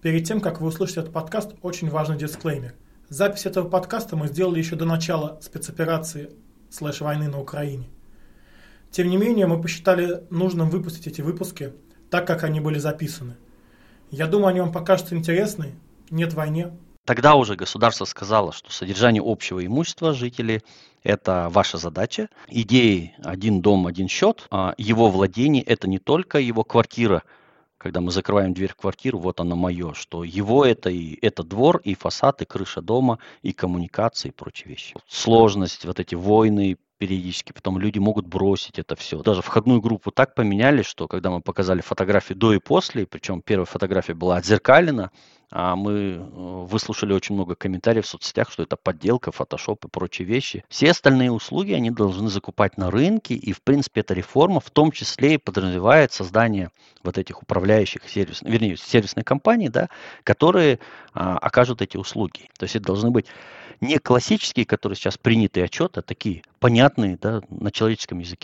Перед тем, как вы услышите этот подкаст, очень важный дисклеймер. Запись этого подкаста мы сделали еще до начала спецоперации /войны на Украине. Тем не менее, мы посчитали нужным выпустить эти выпуски так, как они были записаны. Я думаю, они вам покажутся интересны. Нет войне. Тогда уже государство сказало, что содержание общего имущества жителей – это ваша задача. Идеи «один дом, один счет», его владение – это не только его квартира. Когда мы закрываем дверь в квартиру, вот оно мое, что его это двор, и фасад, и крыша дома, и коммуникации, и прочие вещи. Сложность, вот эти войны периодически, потом люди могут бросить это все. Даже входную группу так поменяли, что когда мы показали фотографии до и после, причем первая фотография была отзеркалена, а мы выслушали очень много комментариев в соцсетях, что это подделка, фотошоп и прочие вещи. Все остальные услуги они должны закупать на рынке, и в принципе эта реформа в том числе и подразумевает создание вот этих управляющих сервисных компаний, да, которые окажут эти услуги. То есть это должны быть не классические, которые сейчас принятые отчеты, а такие понятные, да, на человеческом языке.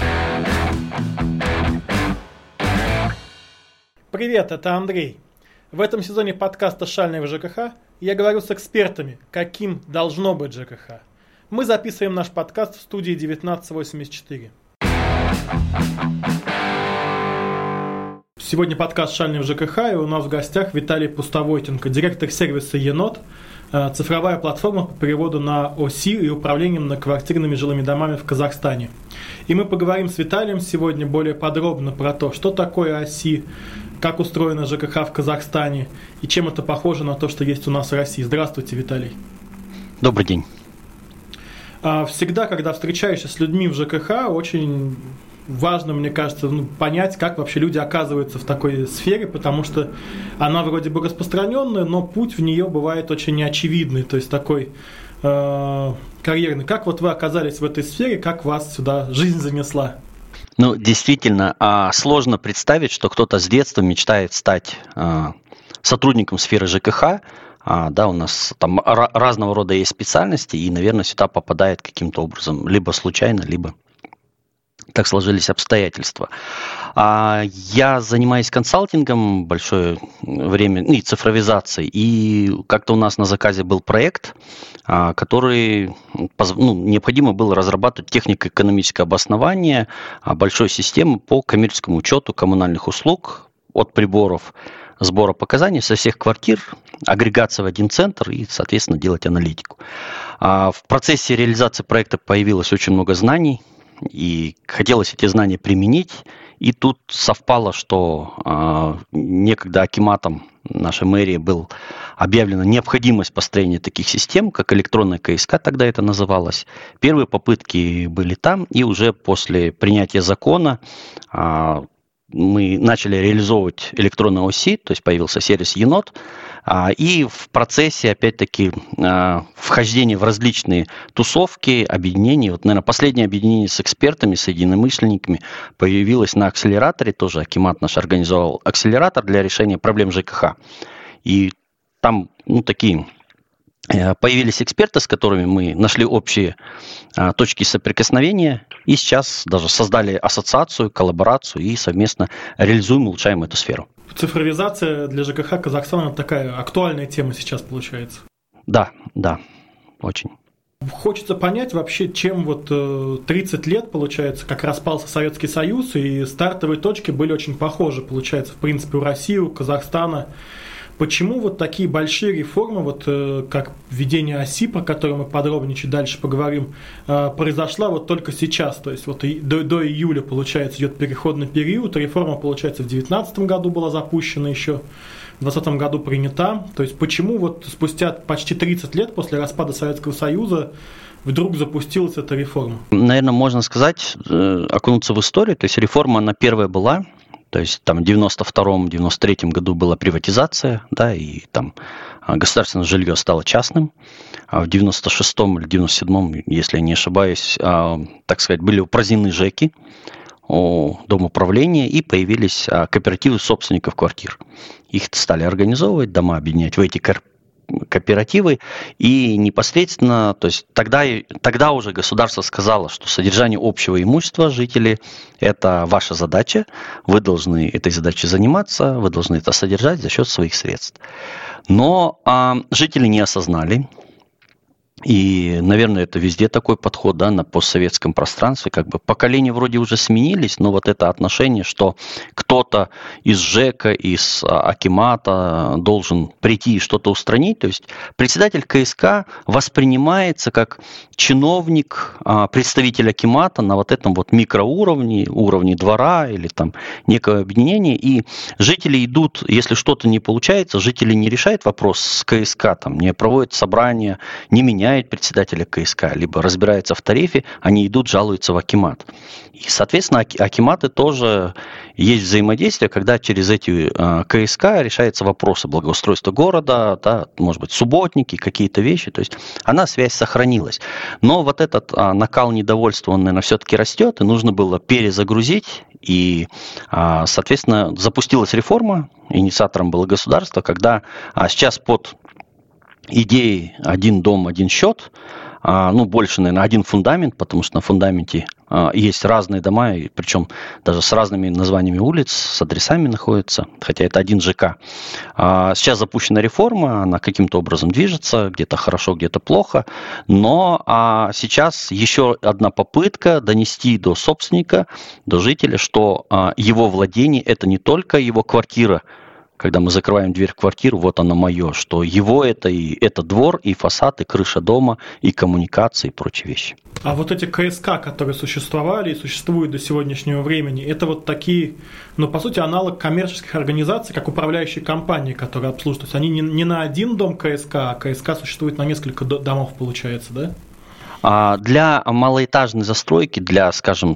Привет, это Андрей. В этом сезоне подкаста «Шального ЖКХ» я говорю с экспертами, каким должно быть ЖКХ. Мы записываем наш подкаст в студии 1984. Сегодня подкаст «Шального ЖКХ», и у нас в гостях Виталий Пустовойтенко, директор сервиса «Енот», цифровая платформа по переводу на ОСИ и управлению многоквартирными жилыми домами в Казахстане. И мы поговорим с Виталием сегодня более подробно про то, что такое ОСИ, как устроена ЖКХ в Казахстане и чем это похоже на то, что есть у нас в России. Здравствуйте, Виталий. Добрый день. Всегда, когда встречаешься с людьми в ЖКХ, очень важно, мне кажется, понять, как вообще люди оказываются в такой сфере, потому что она вроде бы распространенная, но путь в нее бывает очень неочевидный, то есть такой карьерный. Как вот вы оказались в этой сфере, как вас сюда жизнь занесла? Ну, действительно, сложно представить, что кто-то с детства мечтает стать сотрудником сферы ЖКХ. Да, у нас там разного рода есть специальности, и, наверное, сюда попадает каким-то образом либо случайно, либо так сложились обстоятельства. Я занимаюсь консалтингом большое время, и цифровизацией, и как-то у нас на заказе был проект, который необходимо было разрабатывать технико-экономическое обоснование большой системы по коммерческому учету коммунальных услуг от приборов сбора показаний со всех квартир, агрегация в один центр и, соответственно, делать аналитику. В процессе реализации проекта появилось очень много знаний, и хотелось эти знания применить, и тут совпало, что некогда акиматом нашей мэрии был объявлена необходимость построения таких систем, как электронная КСК, тогда это называлось. Первые попытки были там, и уже после принятия закона мы начали реализовывать электронные ОСИ, то есть появился сервис «Енот», и в процессе, опять-таки, вхождения в различные тусовки, объединения, вот, наверное, последнее объединение с экспертами, с единомышленниками появилось на акселераторе, тоже акимат наш организовал акселератор для решения проблем ЖКХ. И там, появились эксперты, с которыми мы нашли общие точки соприкосновения, и сейчас даже создали ассоциацию, коллаборацию и совместно реализуем, улучшаем эту сферу. Цифровизация для ЖКХ Казахстана такая актуальная тема сейчас получается. Да, очень. Хочется понять вообще, чем 30 лет, получается, как распался Советский Союз, и стартовые точки были очень похожи, получается, в принципе, у России, у Казахстана. Почему такие большие реформы, как введение ОСИ, про которое мы подробнее чуть дальше поговорим, произошла только сейчас? То есть до июля, получается, идет переходный период, реформа, получается, в 2019 году была запущена еще, в 2020 году принята. То есть почему спустя почти 30 лет после распада Советского Союза вдруг запустилась эта реформа? Наверное, можно сказать, окунуться в историю. То есть реформа, она первая была. То есть там в 92-93 году была приватизация, да, и там государственное жилье стало частным. А в 96-м или 97-м, если я не ошибаюсь, так сказать, были упразднены ЖЭКи, дом управления, и появились кооперативы собственников квартир. Их стали организовывать, дома объединять в эти кооперативы, и непосредственно, то есть тогда уже государство сказало, что содержание общего имущества жителей – это ваша задача, вы должны этой задачей заниматься, вы должны это содержать за счет своих средств. Но жители не осознали, и, наверное, это везде такой подход, да, на постсоветском пространстве, как бы поколения вроде уже сменились, но вот это отношение, что кто-то из ЖЭКа, из акимата должен прийти и что-то устранить, то есть председатель КСК воспринимается как чиновник, представитель акимата на вот этом вот микроуровне, уровне двора или там некого объединения, и жители идут, если что-то не получается, жители не решают вопрос с КСК, там, не проводят собрания, не меняют председателя КСК, либо разбираются в тарифе, они идут, жалуются в акимат. И, соответственно, акиматы тоже есть взаимодействие, когда через эти КСК решаются вопросы благоустройства города, да, может быть, субботники, какие-то вещи, то есть связь сохранилась. Но вот этот накал недовольства, он, наверное, все-таки растет, и нужно было перезагрузить, и, соответственно, запустилась реформа, инициатором было государство, когда сейчас под идеей «один дом, один счет», больше, наверное, один фундамент, потому что на фундаменте есть разные дома, и причем даже с разными названиями улиц, с адресами находятся, хотя это один ЖК. Сейчас запущена реформа, она каким-то образом движется, где-то хорошо, где-то плохо, но сейчас еще одна попытка донести до собственника, до жителя, что его владение – это не только его квартира, когда мы закрываем дверь в квартиру, вот оно мое, что его это и это двор, и фасад, и крыша дома, и коммуникации, и прочие вещи. А вот эти КСК, которые существовали и существуют до сегодняшнего времени, это вот такие, по сути, аналог коммерческих организаций, как управляющие компании, которые обслуживают. То есть они не на один дом КСК, а КСК существует на несколько домов, получается, да? Для малоэтажной застройки, для, скажем,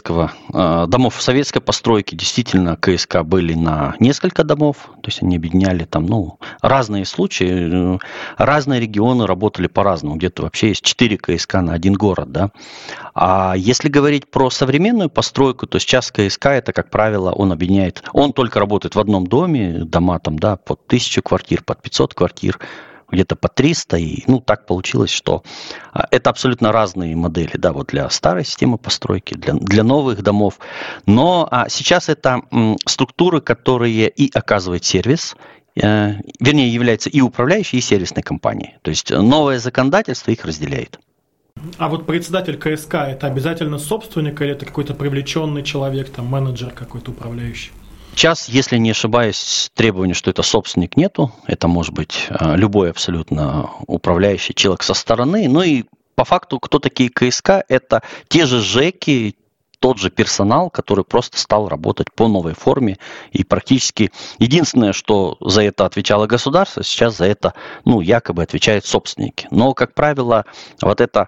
домов советской постройки, действительно КСК были на несколько домов, то есть они объединяли там, разные случаи, разные регионы работали по-разному, где-то вообще есть 4 КСК на один город, да. А если говорить про современную постройку, то сейчас КСК это, как правило, он только работает в одном доме, дома там, да, под 1000 квартир, под 500 квартир, где-то по 300, и так получилось, что это абсолютно разные модели, да, вот для старой системы постройки, для новых домов, но сейчас это структуры, которые и оказывают сервис, вернее, являются и управляющей, и сервисной компанией, то есть новое законодательство их разделяет. А вот председатель КСК это обязательно собственник или это какой-то привлеченный человек, там менеджер какой-то управляющий? Сейчас, если не ошибаюсь, требования, что это собственник, нету. Это может быть любой абсолютно управляющий человек со стороны. И по факту, кто такие КСК? Это те же ЖЭКи, тот же персонал, который просто стал работать по новой форме. И практически единственное, что за это отвечало государство, сейчас за это, якобы отвечают собственники. Но, как правило, вот эта,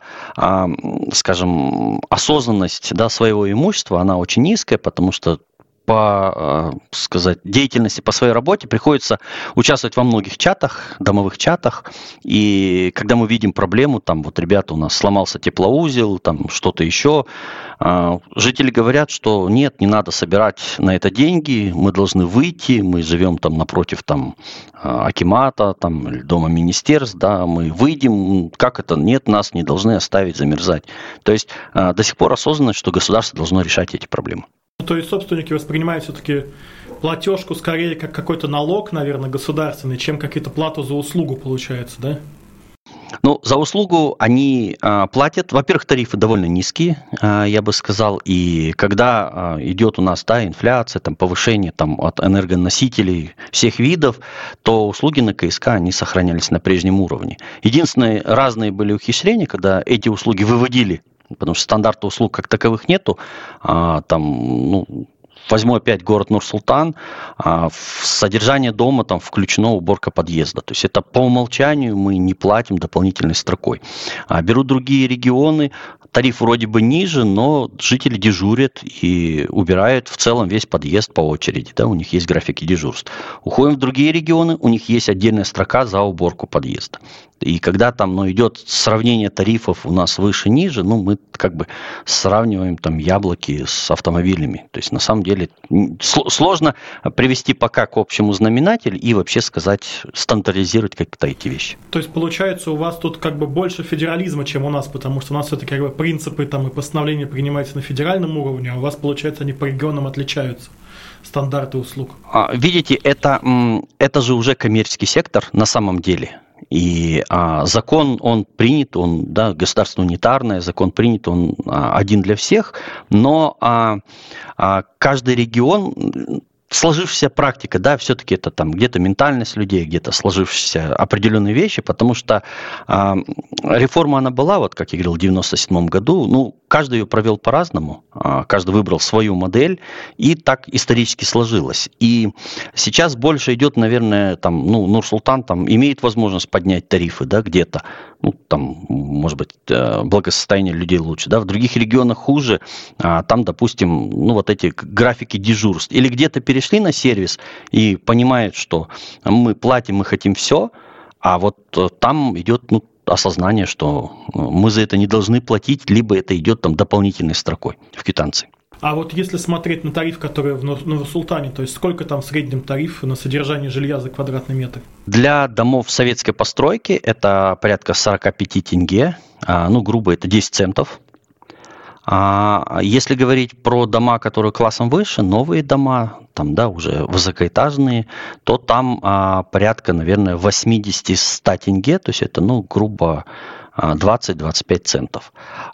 скажем, осознанность, да, своего имущества, она очень низкая, потому что по деятельности, по своей работе приходится участвовать во многих чатах, домовых чатах, и когда мы видим проблему, там вот ребята, у нас сломался теплоузел, там что-то еще, жители говорят, что нет, не надо собирать на это деньги, мы должны выйти, мы живем там напротив там акимата, там дома министерств, да, мы выйдем, как это, нет, нас не должны оставить замерзать. То есть до сих пор осознанность, что государство должно решать эти проблемы. То есть собственники воспринимают все-таки платежку скорее как какой-то налог, наверное, государственный, чем какую-то плату за услугу получается, да? За услугу они платят. Во-первых, тарифы довольно низкие, я бы сказал. И когда идет у нас инфляция, повышение от энергоносителей всех видов, то услуги на КСК они сохранялись на прежнем уровне. Единственное, разные были ухищрения, когда эти услуги выводили, потому что стандарта услуг как таковых нету. Возьму опять город Нур-Султан, в содержание дома включена уборка подъезда. То есть это по умолчанию мы не платим дополнительной строкой. Берут другие регионы, тариф вроде бы ниже, но жители дежурят и убирают в целом весь подъезд по очереди. Да, у них есть графики дежурств. Уходим в другие регионы, у них есть отдельная строка за уборку подъезда. И когда там идет сравнение тарифов у нас выше-ниже, мы как бы сравниваем там яблоки с автомобилями. То есть на самом деле сложно привести пока к общему знаменателю и вообще сказать, стандартизировать как-то эти вещи. То есть получается у вас тут как бы больше федерализма, чем у нас, потому что у нас все-таки как бы принципы там и постановления принимаются на федеральном уровне, а у вас, получается, они по регионам отличаются. Стандарты услуг. Видите, это же уже коммерческий сектор на самом деле. И закон, он принят, государство унитарное, закон принят, он один для всех, но каждый регион, сложившаяся практика, да, все-таки это там где-то ментальность людей, где-то сложившиеся определенные вещи, потому что реформа, она была, вот как я говорил, в 1997 году, каждый ее провел по-разному, каждый выбрал свою модель, и так исторически сложилось. И сейчас больше идет, наверное, Нур-Султан имеет возможность поднять тарифы, да, где-то, может быть, благосостояние людей лучше, да, в других регионах хуже, там, допустим, вот эти графики дежурств, или где-то перешли на сервис и понимают, что мы платим, мы хотим все, а вот там идет, осознание, что мы за это не должны платить, либо это идет там дополнительной строкой в квитанции. А вот если смотреть на тариф, который в Нур-Султане, то есть сколько там в среднем тариф на содержание жилья за квадратный метр? Для домов советской постройки это порядка 45 тенге, грубо это 10 центов. Если говорить про дома, которые классом выше, новые дома, там, да, уже высокоэтажные, то там порядка, наверное, 80-100 тенге, то есть это, грубо 20-25 центов.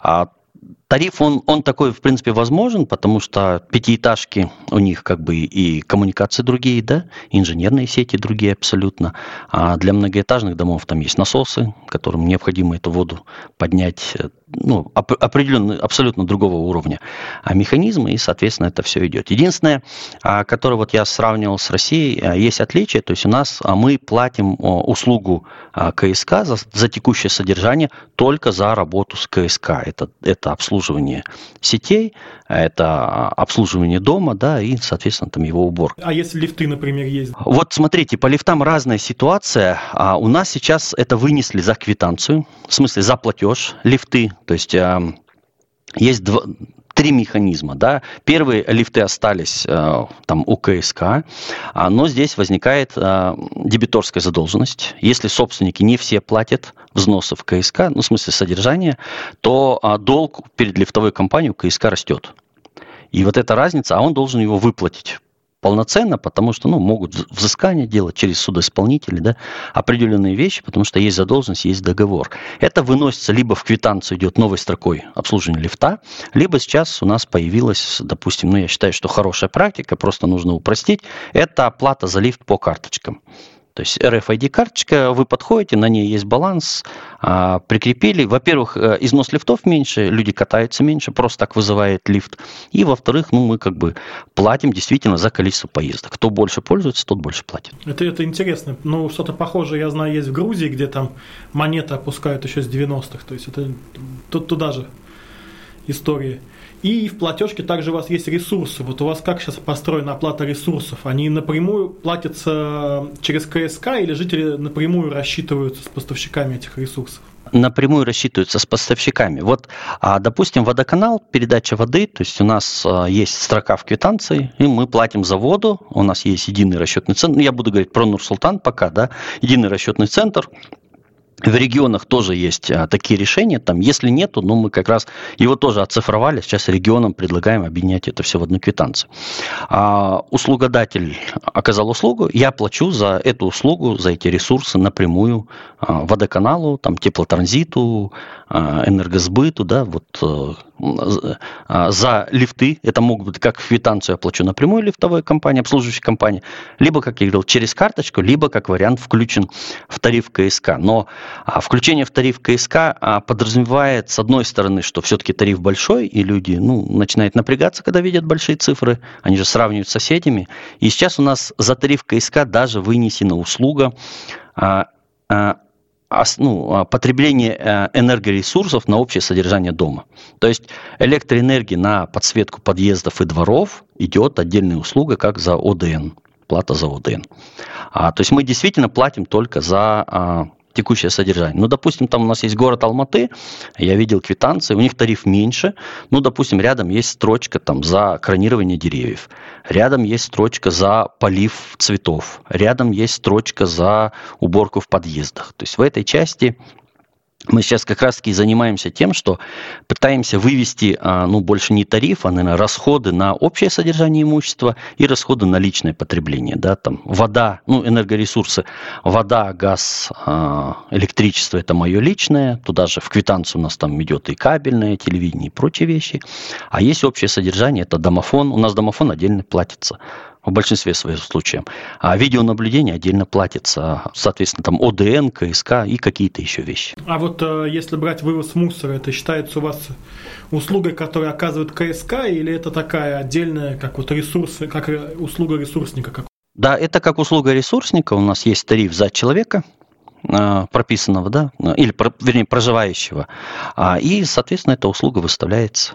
Тариф, он такой, в принципе, возможен, потому что пятиэтажки, у них как бы и коммуникации другие, да, инженерные сети другие абсолютно. А для многоэтажных домов там есть насосы, которым необходимо эту воду поднять, определенно, абсолютно другого уровня механизмы, и, соответственно, это все идет. Единственное, которое вот я сравнивал с Россией, есть отличие, то есть у нас мы платим услугу КСК за текущее содержание только за работу с КСК. Это обслуживание сетей, это обслуживание дома, да, и, соответственно, там его уборка. А если лифты, например, есть? Вот смотрите, по лифтам разная ситуация. У нас сейчас это вынесли за квитанцию, в смысле за платеж лифты, то есть есть три механизма, да. Первые лифты остались там у КСК, но здесь возникает дебиторская задолженность. Если собственники не все платят взносы в КСК, в смысле содержания, то долг перед лифтовой компанией у КСК растет. И вот эта разница, он должен его выплатить полноценно, потому что могут взыскания делать через судоисполнителей, да, определенные вещи, потому что есть задолженность, есть договор. Это выносится либо в квитанцию, идет новой строкой обслуживания лифта, либо сейчас у нас появилась, допустим, я считаю, что хорошая практика, просто нужно упростить, это оплата за лифт по карточкам. То есть RFID-карточка, вы подходите, на ней есть баланс, прикрепили. Во-первых, износ лифтов меньше, люди катаются меньше, просто так вызывает лифт. И, во-вторых, мы как бы платим действительно за количество поездок. Кто больше пользуется, тот больше платит. Это интересно. Что-то похожее, я знаю, есть в Грузии, где там монеты опускают еще с 90-х. То есть это туда же история. И в платежке также у вас есть ресурсы. Вот у вас как сейчас построена оплата ресурсов? Они напрямую платятся через КСК или жители напрямую рассчитываются с поставщиками этих ресурсов? Напрямую рассчитываются с поставщиками. Вот, допустим, водоканал, передача воды, то есть у нас есть строка в квитанции, и мы платим за воду, у нас есть единый расчетный центр, я буду говорить про Нур-Султан пока, да, единый расчетный центр. В регионах тоже есть такие решения, там, если нету, мы как раз его тоже оцифровали, сейчас регионам предлагаем объединять это все в одну квитанцию. Услугодатель оказал услугу, я плачу за эту услугу, за эти ресурсы напрямую водоканалу, там, теплотранзиту, энергосбыту, да, за лифты, это могут быть как квитанцию я плачу напрямую лифтовой компании, обслуживающей компании, либо, как я говорил, через карточку, либо как вариант включен в тариф КСК. Но включение в тариф КСК подразумевает, с одной стороны, что все-таки тариф большой, и люди начинают напрягаться, когда видят большие цифры, они же сравнивают с соседями. И сейчас у нас за тариф КСК даже вынесена услуга потребление энергоресурсов на общее содержание дома. То есть электроэнергии на подсветку подъездов и дворов идет отдельная услуга, как за ОДН, плата за ОДН. То есть мы действительно платим только за текущее содержание. Ну, допустим, там у нас есть город Алматы, я видел квитанции, у них тариф меньше, ну, допустим, рядом есть строчка там за кронирование деревьев, рядом есть строчка за полив цветов, рядом есть строчка за уборку в подъездах. То есть в этой части мы сейчас как раз-таки занимаемся тем, что пытаемся вывести, больше не тариф, а, наверное, расходы на общее содержание имущества и расходы на личное потребление. Да, там вода, энергоресурсы, вода, газ, электричество – это мое личное. Туда же в квитанцию у нас там идет и кабельное, телевидение и прочие вещи. А есть общее содержание – это домофон. У нас домофон отдельно платится. В большинстве своих случаев. А видеонаблюдение отдельно платится, соответственно, там ОДН, КСК и какие-то еще вещи. А вот если брать вывоз мусора, это считается у вас услугой, которую оказывает КСК, или это такая отдельная, как вот ресурс, как услуга ресурсника? Да, это как услуга ресурсника. У нас есть тариф за человека, прописанного, да, или, вернее, проживающего. И, соответственно, эта услуга выставляется.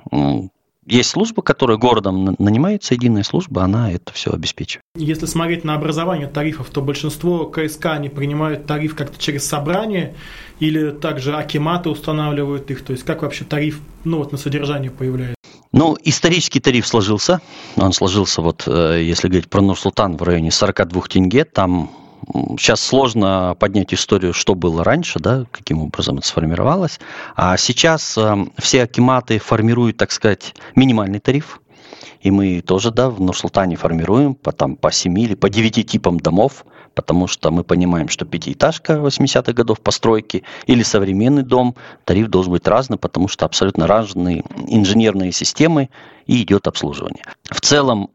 Есть служба, которая городом нанимается, единая служба, она это все обеспечивает. Если смотреть на образование тарифов, то большинство КСК они принимают тариф как-то через собрание или также акиматы устанавливают их. То есть как вообще тариф на содержание появляется? Исторический тариф сложился. Он сложился, если говорить про Нур-Султан, в районе 42 тенге. Там сейчас сложно поднять историю, что было раньше, да, каким образом это сформировалось. А сейчас все акиматы формируют, так сказать, минимальный тариф. И мы тоже, да, в Нур-Султане формируем по 7 или по 9 типам домов, потому что мы понимаем, что пятиэтажка 80-х годов постройки или современный дом, тариф должен быть разный, потому что абсолютно разные инженерные системы и идет обслуживание. В целом,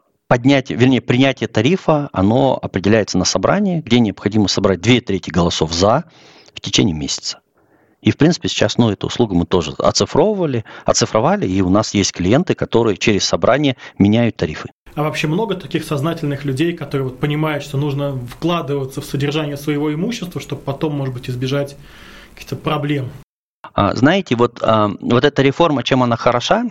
принятие тарифа, оно определяется на собрании, где необходимо собрать 2/3 голосов «за» в течение месяца. И, в принципе, сейчас эту услугу мы тоже оцифровали, и у нас есть клиенты, которые через собрание меняют тарифы. А вообще много таких сознательных людей, которые понимают, что нужно вкладываться в содержание своего имущества, чтобы потом, может быть, избежать каких-то проблем? Знаете, вот эта реформа, чем она хороша,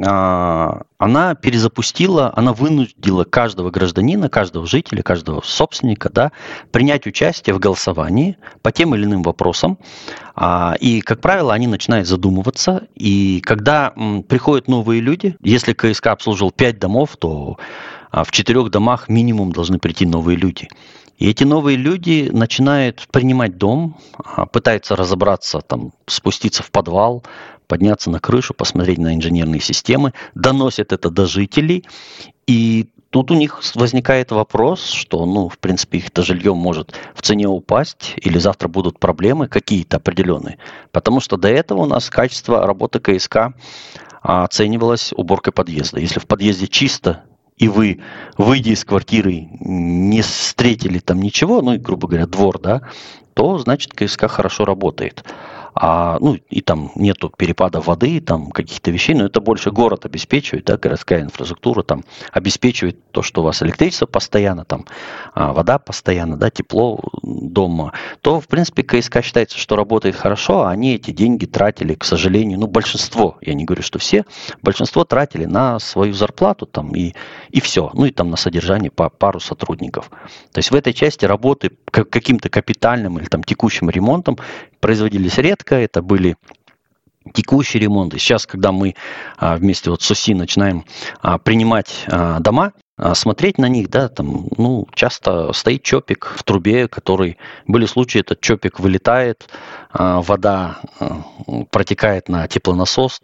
она вынудила каждого гражданина, каждого жителя, каждого собственника, да, принять участие в голосовании по тем или иным вопросам. И, как правило, они начинают задумываться. И когда приходят новые люди, если КСК обслуживал 5 домов, то в 4 домах минимум должны прийти новые люди. И эти новые люди начинают принимать дом, пытаются разобраться, спуститься в подвал, подняться на крышу, посмотреть на инженерные системы, доносят это до жителей. И тут у них возникает вопрос, что, в принципе, их-то жилье может в цене упасть, или завтра будут проблемы какие-то определенные. Потому что до этого у нас качество работы КСК оценивалось уборкой подъезда. Если в подъезде чисто, и вы, выйдя из квартиры, не встретили там ничего, грубо говоря, двор, да, то, значит, КСК хорошо работает. И там нету перепада воды, там каких-то вещей, но это больше город обеспечивает, да, городская инфраструктура там обеспечивает то, что у вас электричество постоянно, там вода постоянно, да, тепло дома, то, в принципе, КСК считается, что работает хорошо, а они эти деньги тратили, к сожалению, большинство, я не говорю, что все, большинство тратили на свою зарплату там и все, и там на содержание пару сотрудников. То есть в этой части работы каким-то капитальным или там текущим ремонтом производились редко, это были текущие ремонты. Сейчас, когда мы вместе с УСИ начинаем принимать дома, смотреть на них, да, часто стоит чопик в трубе, были случаи, этот чопик вылетает, вода протекает на теплонасос,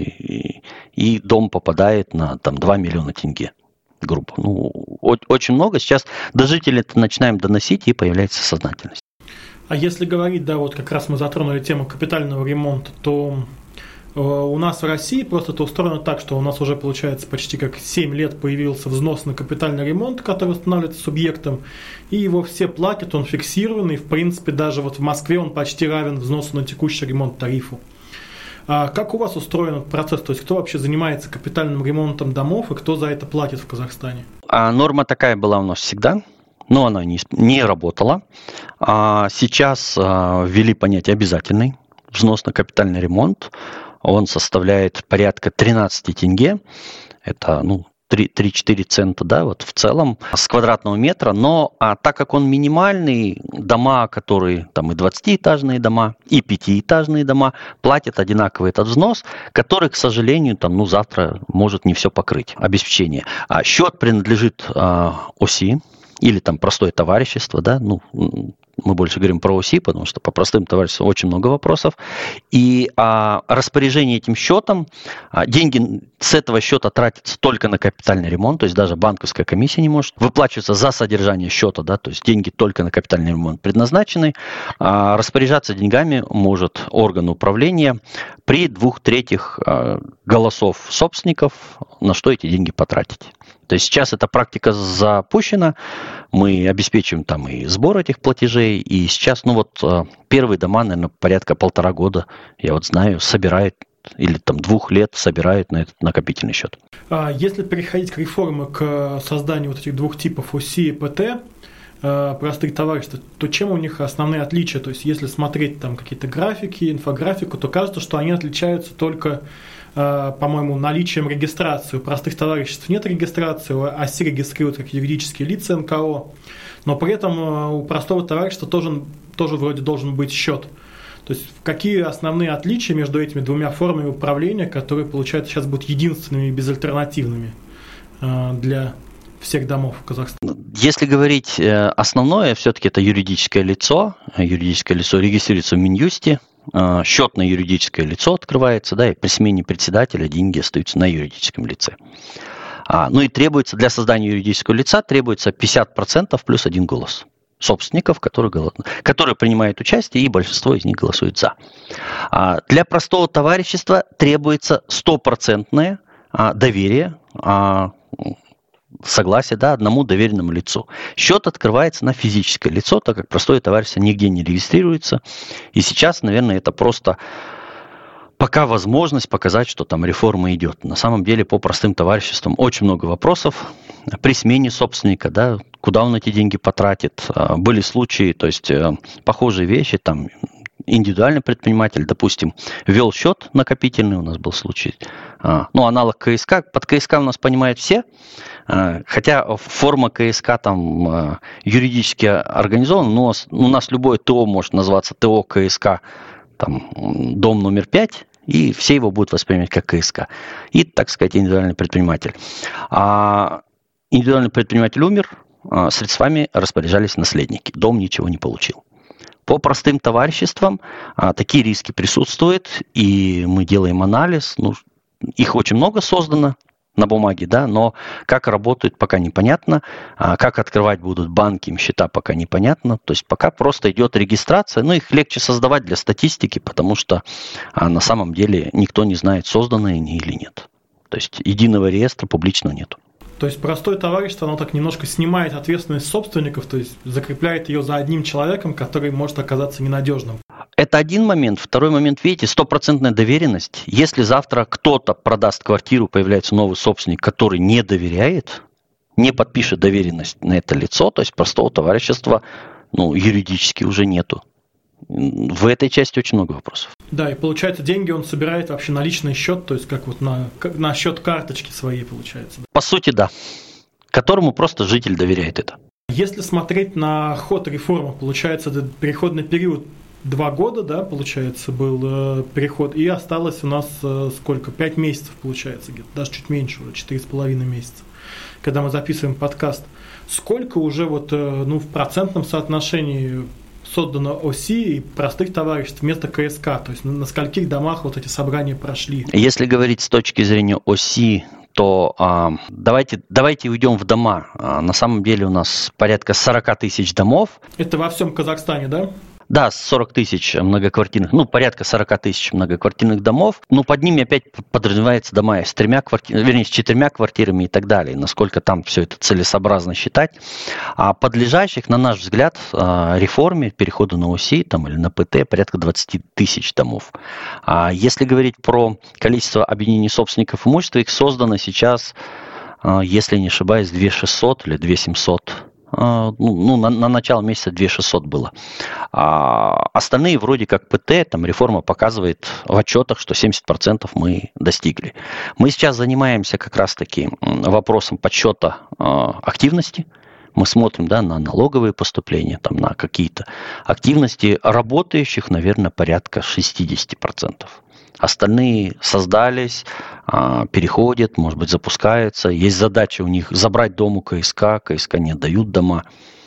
и дом попадает на 2 миллиона тенге. Грубо. Очень много. Сейчас до жителей это начинаем доносить, и появляется сознательность. А если говорить, да, как раз мы затронули тему капитального ремонта, то у нас в России просто это устроено так, что у нас уже, получается, почти как 7 лет появился взнос на капитальный ремонт, который устанавливается субъектом, и его все платят, он фиксированный, в принципе, даже в Москве он почти равен взносу на текущий ремонт тарифу. А как у вас устроен этот процесс? То есть кто вообще занимается капитальным ремонтом домов и кто за это платит в Казахстане? Норма такая была у нас всегда. Но она не работала. Сейчас ввели понятие обязательный взнос на капитальный ремонт. Он составляет порядка 13 тенге. Это 3-4 цента, да, вот в целом с квадратного метра, но так как он минимальный, дома, которые там и 20-этажные дома, и 5-этажные дома платят одинаковый этот взнос, который, к сожалению, там, завтра может не все покрыть, обеспечение. Счет принадлежит ОСИ или там простое товарищество, да, мы больше говорим про ОСИ, потому что по простым товариществам очень много вопросов. И распоряжение этим счетом, деньги с этого счета тратятся только на капитальный ремонт, то есть даже банковская комиссия не может выплачиваться за содержание счета, да, то есть деньги только на капитальный ремонт предназначены. Распоряжаться деньгами может орган управления при 2/3 голосов собственников, на что эти деньги потратить. То есть сейчас эта практика запущена, мы обеспечиваем там и сбор этих платежей, и сейчас, первые дома, наверное, порядка 1,5 года, я вот знаю, собирают, или там 2 лет собирают на этот накопительный счет. Если переходить к реформе, к созданию вот этих 2 типов ОСИ и ПТ, простых товариществ, то чем у них основные отличия? То есть если смотреть там какие-то графики, инфографику, то кажется, что они отличаются только, по-моему, наличием регистрации. У простых товариществ нет регистрации, у ОСИ регистрируют как юридические лица НКО, но при этом у простого товарищества тоже вроде должен быть счет. То есть какие основные отличия между этими 2 формами управления, которые, получается, сейчас будут единственными и безальтернативными для всех домов Казахстана? Если говорить основное, все-таки это юридическое лицо. Юридическое лицо регистрируется в Минюсте. Счет на юридическое лицо открывается, да, и при смене председателя деньги остаются на юридическом лице. И требуется для создания юридического лица требуется 50% плюс 1 голос собственников, которые принимают участие, и большинство из них голосует за. Для простого товарищества требуется 100% доверие, согласие, да, одному доверенному лицу. Счет открывается на физическое лицо, так как простое товарищество нигде не регистрируется. И сейчас, наверное, это просто пока возможность показать, что там реформа идет. На самом деле по простым товариществам очень много вопросов при смене собственника, да, куда он эти деньги потратит. Были случаи, то есть похожие вещи, там индивидуальный предприниматель, допустим, ввел счет накопительный, у нас был случай, аналог КСК, под КСК у нас понимают все, хотя форма КСК там юридически организована, но у нас любое ТО может называться ТО КСК, там, дом номер 5, и все его будут воспринимать как КСК. И, так сказать, индивидуальный предприниматель. Индивидуальный предприниматель умер, средствами распоряжались наследники, дом ничего не получил. По простым товариществам такие риски присутствуют, и мы делаем анализ. Их очень много создано на бумаге, да, но как работают, пока непонятно. Как открывать будут банки, счета, пока непонятно. То есть пока просто идет регистрация, их легче создавать для статистики, потому что на самом деле никто не знает, созданы они или нет. То есть единого реестра публичного нету. То есть простое товарищество, оно так немножко снимает ответственность собственников, то есть закрепляет ее за одним человеком, который может оказаться ненадежным. Это один момент. Второй момент, видите, 100% доверенность. Если завтра кто-то продаст квартиру, появляется новый собственник, который не доверяет, не подпишет доверенность на это лицо, то есть простого товарищества, юридически уже нету. В этой части очень много вопросов. Да, и получается, деньги он собирает вообще на личный счет, то есть как вот на счет карточки своей, получается. По сути, да. Которому просто житель доверяет это. Если смотреть на ход реформы, получается, это переходный период 2 года, да, получается, был переход, и осталось у нас сколько? 5 месяцев, получается, где-то, даже чуть меньше, уже 4,5 месяца, когда мы записываем подкаст. Сколько уже в процентном соотношении создано ОСИ и простых товариществ вместо КСК, то есть на скольких домах вот эти собрания прошли? Если говорить с точки зрения ОСИ, то давайте уйдем в дома. На самом деле у нас порядка 40 тысяч домов. Это во всем Казахстане, да? Да, 40 тысяч многоквартирных, порядка 40 тысяч многоквартирных домов. Под ними опять подразумеваются дома с 4 квартирами и так далее. Насколько там все это целесообразно считать. А подлежащих, на наш взгляд, реформе, переходу на ОСИ или на ПТ порядка 20 тысяч домов. А если говорить про количество объединений собственников имущества, их создано сейчас, если не ошибаюсь, 2600 или 2700 на начало месяца 2600 было. Остальные вроде как ПТ, там реформа показывает в отчетах, что 70% мы достигли. Мы сейчас занимаемся как раз-таки вопросом подсчета активности. Мы смотрим, да, на налоговые поступления, там, на какие-то активности работающих, наверное, порядка 60%. Остальные создались, переходят, может быть, запускаются. Есть задача у них забрать дом у КСК, КСК не отдают дома.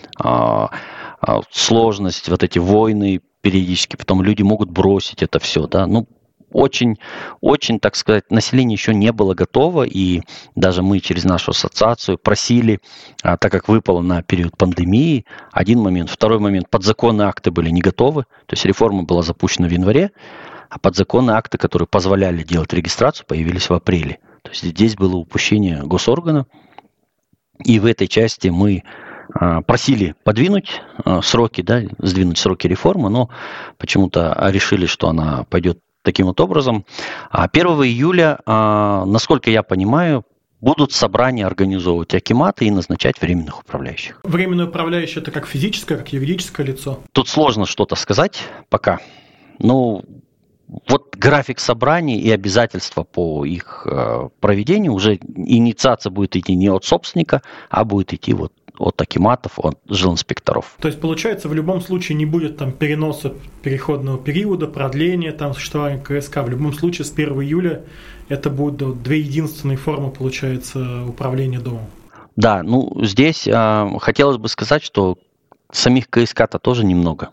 Сложность, вот эти войны периодически, потом люди могут бросить это все, да, очень, так сказать, население еще не было готово, и даже мы через нашу ассоциацию просили, так как выпало на период пандемии, один момент. Второй момент, подзаконные акты были не готовы, то есть реформа была запущена в январе, а подзаконные акты, которые позволяли делать регистрацию, появились в апреле. То есть здесь было упущение госоргана, и в этой части мы просили подвинуть сроки, да, сдвинуть сроки реформы, но почему-то решили, что она пойдет таким вот образом. 1 июля, насколько я понимаю, будут собрания организовывать акиматы и назначать временных управляющих. Временное управляющее – это как физическое, как юридическое лицо? Тут сложно что-то сказать пока. Вот график собраний и обязательства по их проведению, уже инициация будет идти не от собственника, а будет идти от акиматов, от жилинспекторов. То есть, получается, в любом случае не будет там переноса переходного периода, продления там существования КСК. В любом случае с 1 июля это будут две единственные формы, получается, управления домом. Да, здесь хотелось бы сказать, что самих КСК-то тоже немного.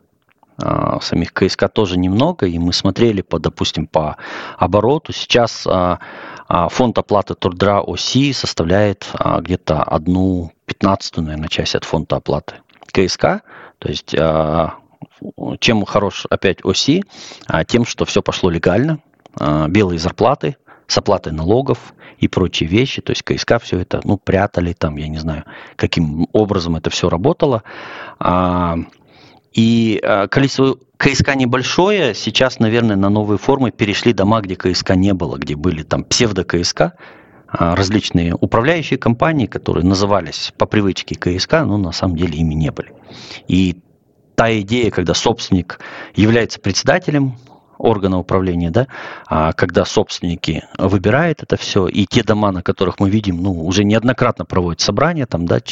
И мы смотрели, допустим, по обороту. Сейчас фонд оплаты труда ОСИ составляет где-то 1/15, наверное, часть от фонда оплаты КСК. То есть, чем хорош опять ОСИ? Тем, что все пошло легально, белые зарплаты с оплатой налогов и прочие вещи. То есть КСК все это прятали, там, я не знаю, каким образом это все работало. И количество КСК небольшое. Сейчас, наверное, на новые формы перешли дома, где КСК не было, где были там псевдо-КСК, различные управляющие компании, которые назывались по привычке КСК, но на самом деле ими не были. И та идея, когда собственник является председателем органа управления, да, когда собственники выбирают это все, и те дома, на которых мы видим, уже неоднократно проводят собрания, там, да,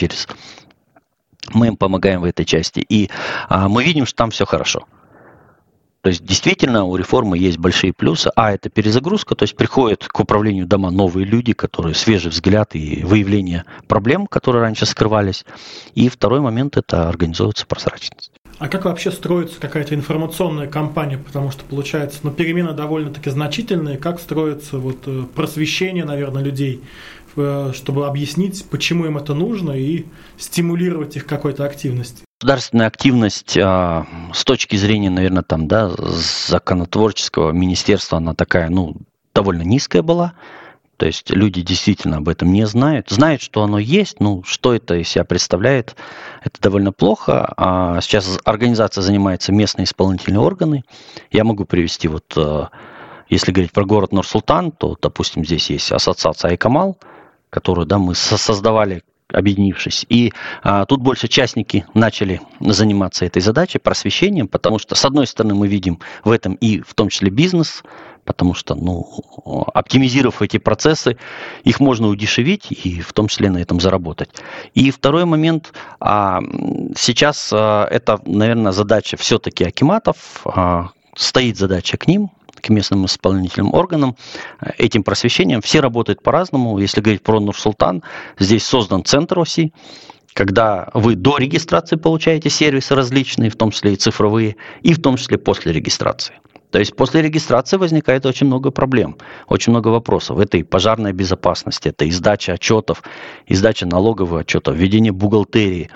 мы им помогаем в этой части, и мы видим, что там все хорошо. То есть, действительно, у реформы есть большие плюсы. Это перезагрузка, то есть приходят к управлению дома новые люди, которые свежий взгляд и выявление проблем, которые раньше скрывались. И второй момент – это организуется прозрачность. А как вообще строится какая-то информационная кампания? Потому что, получается, перемены довольно-таки значительные. Как строится просвещение, наверное, людей, чтобы объяснить, почему им это нужно, и стимулировать их к какой-то активности? Государственная активность с точки зрения, наверное, законотворческого министерства, она такая, довольно низкая была. То есть люди действительно об этом не знают. Знают, что оно есть, что это из себя представляет, это довольно плохо. Сейчас организация занимается местные исполнительные органы. Я могу привести, если говорить про город Нур-Султан, то, допустим, здесь есть ассоциация Айкамал, которую мы создавали, объединившись. И тут больше частники начали заниматься этой задачей, просвещением, потому что, с одной стороны, мы видим в этом и в том числе бизнес, потому что, оптимизировав эти процессы, их можно удешевить и в том числе на этом заработать. И второй момент, сейчас это, наверное, задача все-таки акиматов, стоит задача к ним, к местным исполнительным органам, этим просвещением. Все работают по-разному. Если говорить про Нур-Султан, здесь создан центр ОСИ, когда вы до регистрации получаете сервисы различные, в том числе и цифровые, и в том числе после регистрации. То есть после регистрации возникает очень много проблем, очень много вопросов. Это и пожарная безопасность, это и сдача отчетов, и сдача налоговых отчетов, введение бухгалтерии.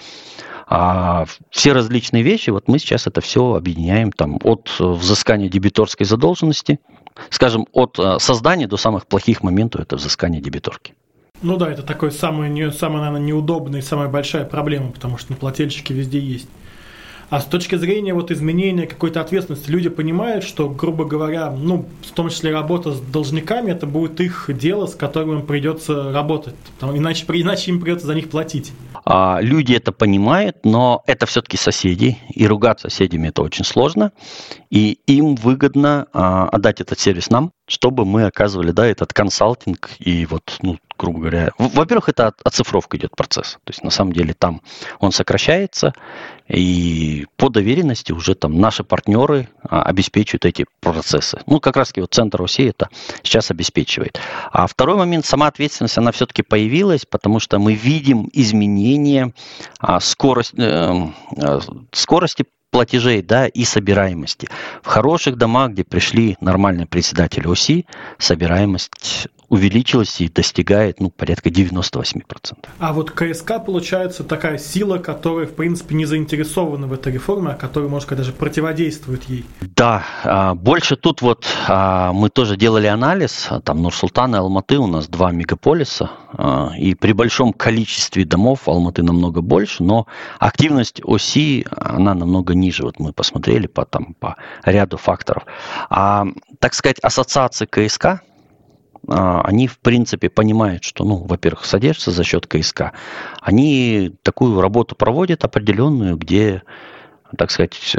Все различные вещи, мы сейчас это все объединяем от взыскания дебиторской задолженности, скажем, от создания до самых плохих моментов это взыскание дебиторки. Это такой самая, наверное, неудобная и самая большая проблема, потому что плательщики везде есть. А с точки зрения вот изменения какой-то ответственности, люди понимают, что, грубо говоря, в том числе работа с должниками, это будет их дело, с которым им придется работать, иначе им придется за них платить. Люди это понимают, но это все-таки соседи, и ругаться с соседями это очень сложно, и им выгодно отдать этот сервис нам, чтобы мы оказывали, этот консалтинг, и грубо говоря, во-первых, это оцифровка идет процесс, то есть на самом деле там он сокращается, и по доверенности уже там наши партнеры обеспечивают эти процессы. Как раз таки Центр ОСИ это сейчас обеспечивает. А второй момент, сама ответственность, она все-таки появилась, потому что мы видим изменение скорости платежей, и собираемости. В хороших домах, где пришли нормальные председатели ОСИ, собираемость увеличилась и достигает порядка 98%. А вот КСК, получается, такая сила, которая, в принципе, не заинтересована в этой реформе, а которая, может сказать, даже противодействует ей. Да, больше тут мы тоже делали анализ, там Нур-Султан и Алматы у нас 2 мегаполиса, и при большом количестве домов Алматы намного больше, но активность ОСИ, она намного ниже, мы посмотрели по ряду факторов. Так сказать, ассоциации КСК, они, в принципе, понимают, что, во-первых, содержатся за счет КСК. Они такую работу проводят определенную, где, так сказать,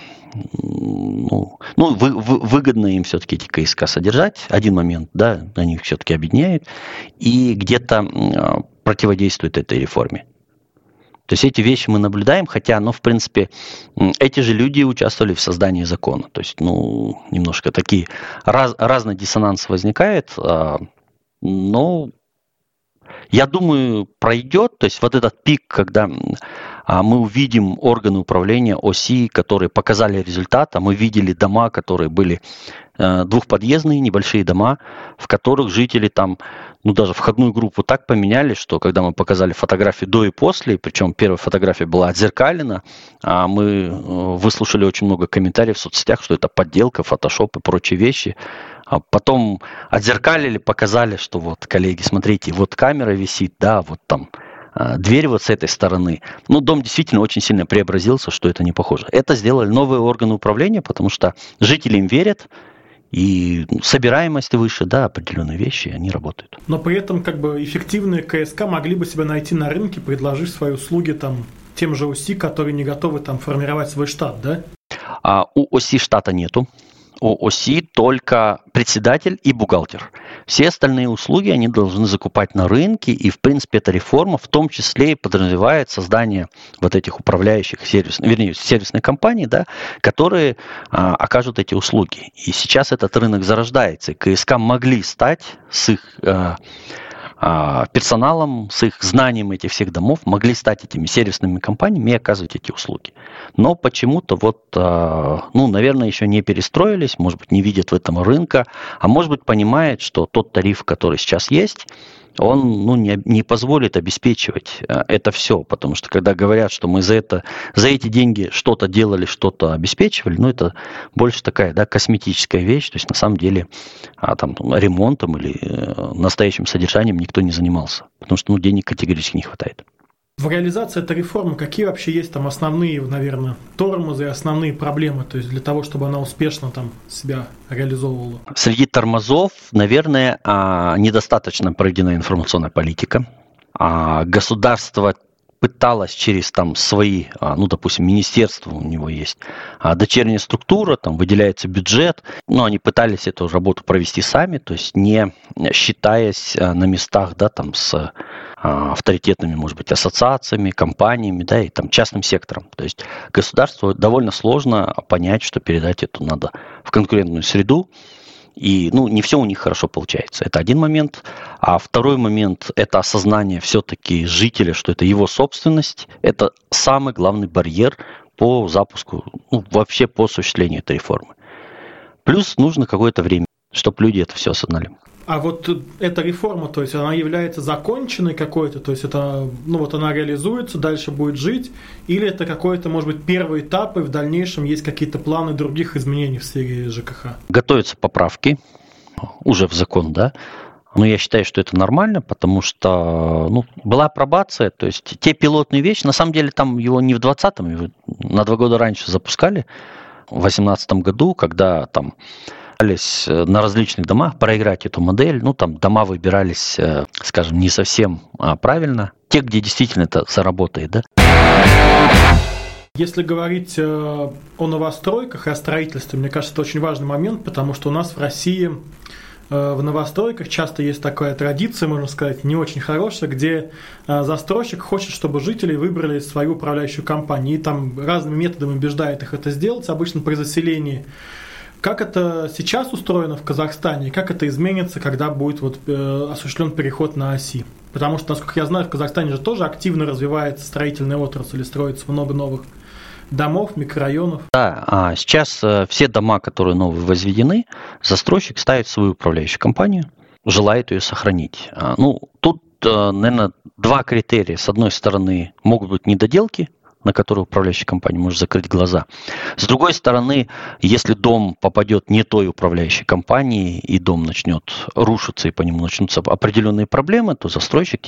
выгодно им все-таки эти КСК содержать. Один момент, они их все-таки объединяют и где-то противодействуют этой реформе. То есть эти вещи мы наблюдаем, хотя, в принципе, эти же люди участвовали в создании закона. То есть, немножко такие разные диссонансы возникают, но я думаю, пройдет. То есть вот этот пик, когда мы увидим органы управления ОСИ, которые показали результат, мы видели дома, которые были двухподъездные, небольшие дома, в которых жители даже входную группу так поменяли, что когда мы показали фотографии до и после, причем первая фотография была отзеркалена, мы выслушали очень много комментариев в соцсетях, что это подделка, фотошоп и прочие вещи. Потом отзеркалили, показали, что коллеги, смотрите, камера висит, там дверь с этой стороны. Дом действительно очень сильно преобразился, что это не похоже. Это сделали новые органы управления, потому что жители им верят, и собираемость выше, определенные вещи, они работают. Но при этом эффективные КСК могли бы себя найти на рынке, предложив свои услуги тем же ОСИ, которые не готовы формировать свой штат, да? У ОСИ штата нету. У ОСИ только председатель и бухгалтер. Все остальные услуги они должны закупать на рынке, и, в принципе, эта реформа в том числе и подразумевает создание этих управляющих сервисных компаний, которые окажут эти услуги. И сейчас этот рынок зарождается, и КСК могли стать с их персоналом, с их знанием этих всех домов, могли стать этими сервисными компаниями и оказывать эти услуги. Но почему-то наверное, еще не перестроились, может быть, не видят в этом рынка, а может быть, понимают, что тот тариф, который сейчас есть, он не позволит обеспечивать это все, потому что когда говорят, что мы за эти деньги что-то делали, что-то обеспечивали, это больше такая косметическая вещь, то есть на самом деле ремонтом или настоящим содержанием никто не занимался, потому что денег категорически не хватает. В реализации этой реформы какие вообще есть основные, наверное, тормозы и основные проблемы, то есть для того, чтобы она успешно себя реализовывала? Среди тормозов, наверное, недостаточно проведена информационная политика. Государство пыталось через свои, допустим, министерство, у него есть дочерняя структура, выделяется бюджет, но они пытались эту работу провести сами, то есть не считаясь на местах, с авторитетными, может быть, ассоциациями, компаниями, и частным сектором. То есть государству довольно сложно понять, что передать это надо в конкурентную среду, и не все у них хорошо получается. Это один момент. А второй момент – это осознание все-таки жителя, что это его собственность. Это самый главный барьер по запуску, вообще по осуществлению этой реформы. Плюс нужно какое-то время, чтобы люди это все осознали. А эта реформа, то есть она является законченной какой-то, то есть это, она реализуется, дальше будет жить, или это какой-то, может быть, первый этап, и в дальнейшем есть какие-то планы других изменений в сфере ЖКХ? Готовятся поправки уже в закон, Но я считаю, что это нормально, потому что была апробация, то есть те пилотные вещи, на самом деле там его не в 2020-м, его на 2 года раньше запускали, в 2018 году, когда там на различных домах проиграть эту модель, там дома выбирались, скажем, не совсем правильно, те, где действительно это заработает, да. Если говорить о новостройках и о строительстве, мне кажется, это очень важный момент, потому что у нас в России в новостройках часто есть такая традиция, можно сказать, не очень хорошая, где застройщик хочет, чтобы жители выбрали свою управляющую компанию, и там разными методами убеждает их это сделать, обычно при заселении. Как это сейчас устроено в Казахстане, как это изменится, когда будет осуществлен переход на ОСИ? Потому что, насколько я знаю, в Казахстане же тоже активно развивается строительная отрасль, строится много новых домов, микрорайонов. Да, сейчас все дома, которые новые возведены, застройщик ставит свою управляющую компанию, желает ее сохранить. Тут, наверное, 2 критерия. С одной стороны, могут быть недоделки, на которые управляющая компания может закрыть глаза. С другой стороны, если дом попадет не той управляющей компании, и дом начнет рушиться, и по нему начнутся определенные проблемы, то застройщик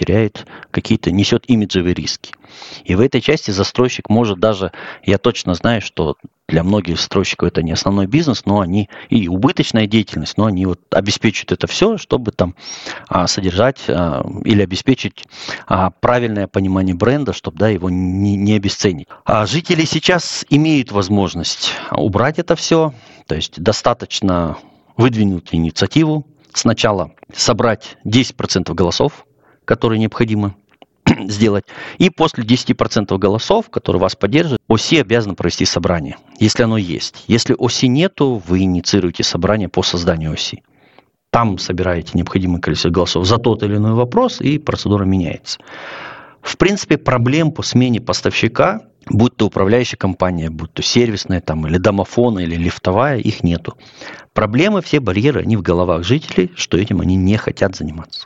несет имиджевые риски. И в этой части застройщик может даже, я точно знаю, что для многих застройщиков это не основной бизнес, но они и убыточная деятельность, но они обеспечивают это все, чтобы там содержать или обеспечить правильное понимание бренда, чтобы его не обесценить. Жители сейчас имеют возможность убрать это все, то есть достаточно выдвинуть инициативу, сначала собрать 10% голосов, которые необходимы сделать. И после 10% голосов, которые вас поддержат, ОСИ обязаны провести собрание, если оно есть. Если ОСИ нету, вы инициируете собрание по созданию ОСИ. Там собираете необходимое количество голосов за тот или иной вопрос, и процедура меняется. В принципе, проблем по смене поставщика, будь то управляющая компания, будь то сервисная, или домофон, или лифтовая, их нету. Проблемы, все барьеры, они в головах жителей, что этим они не хотят заниматься.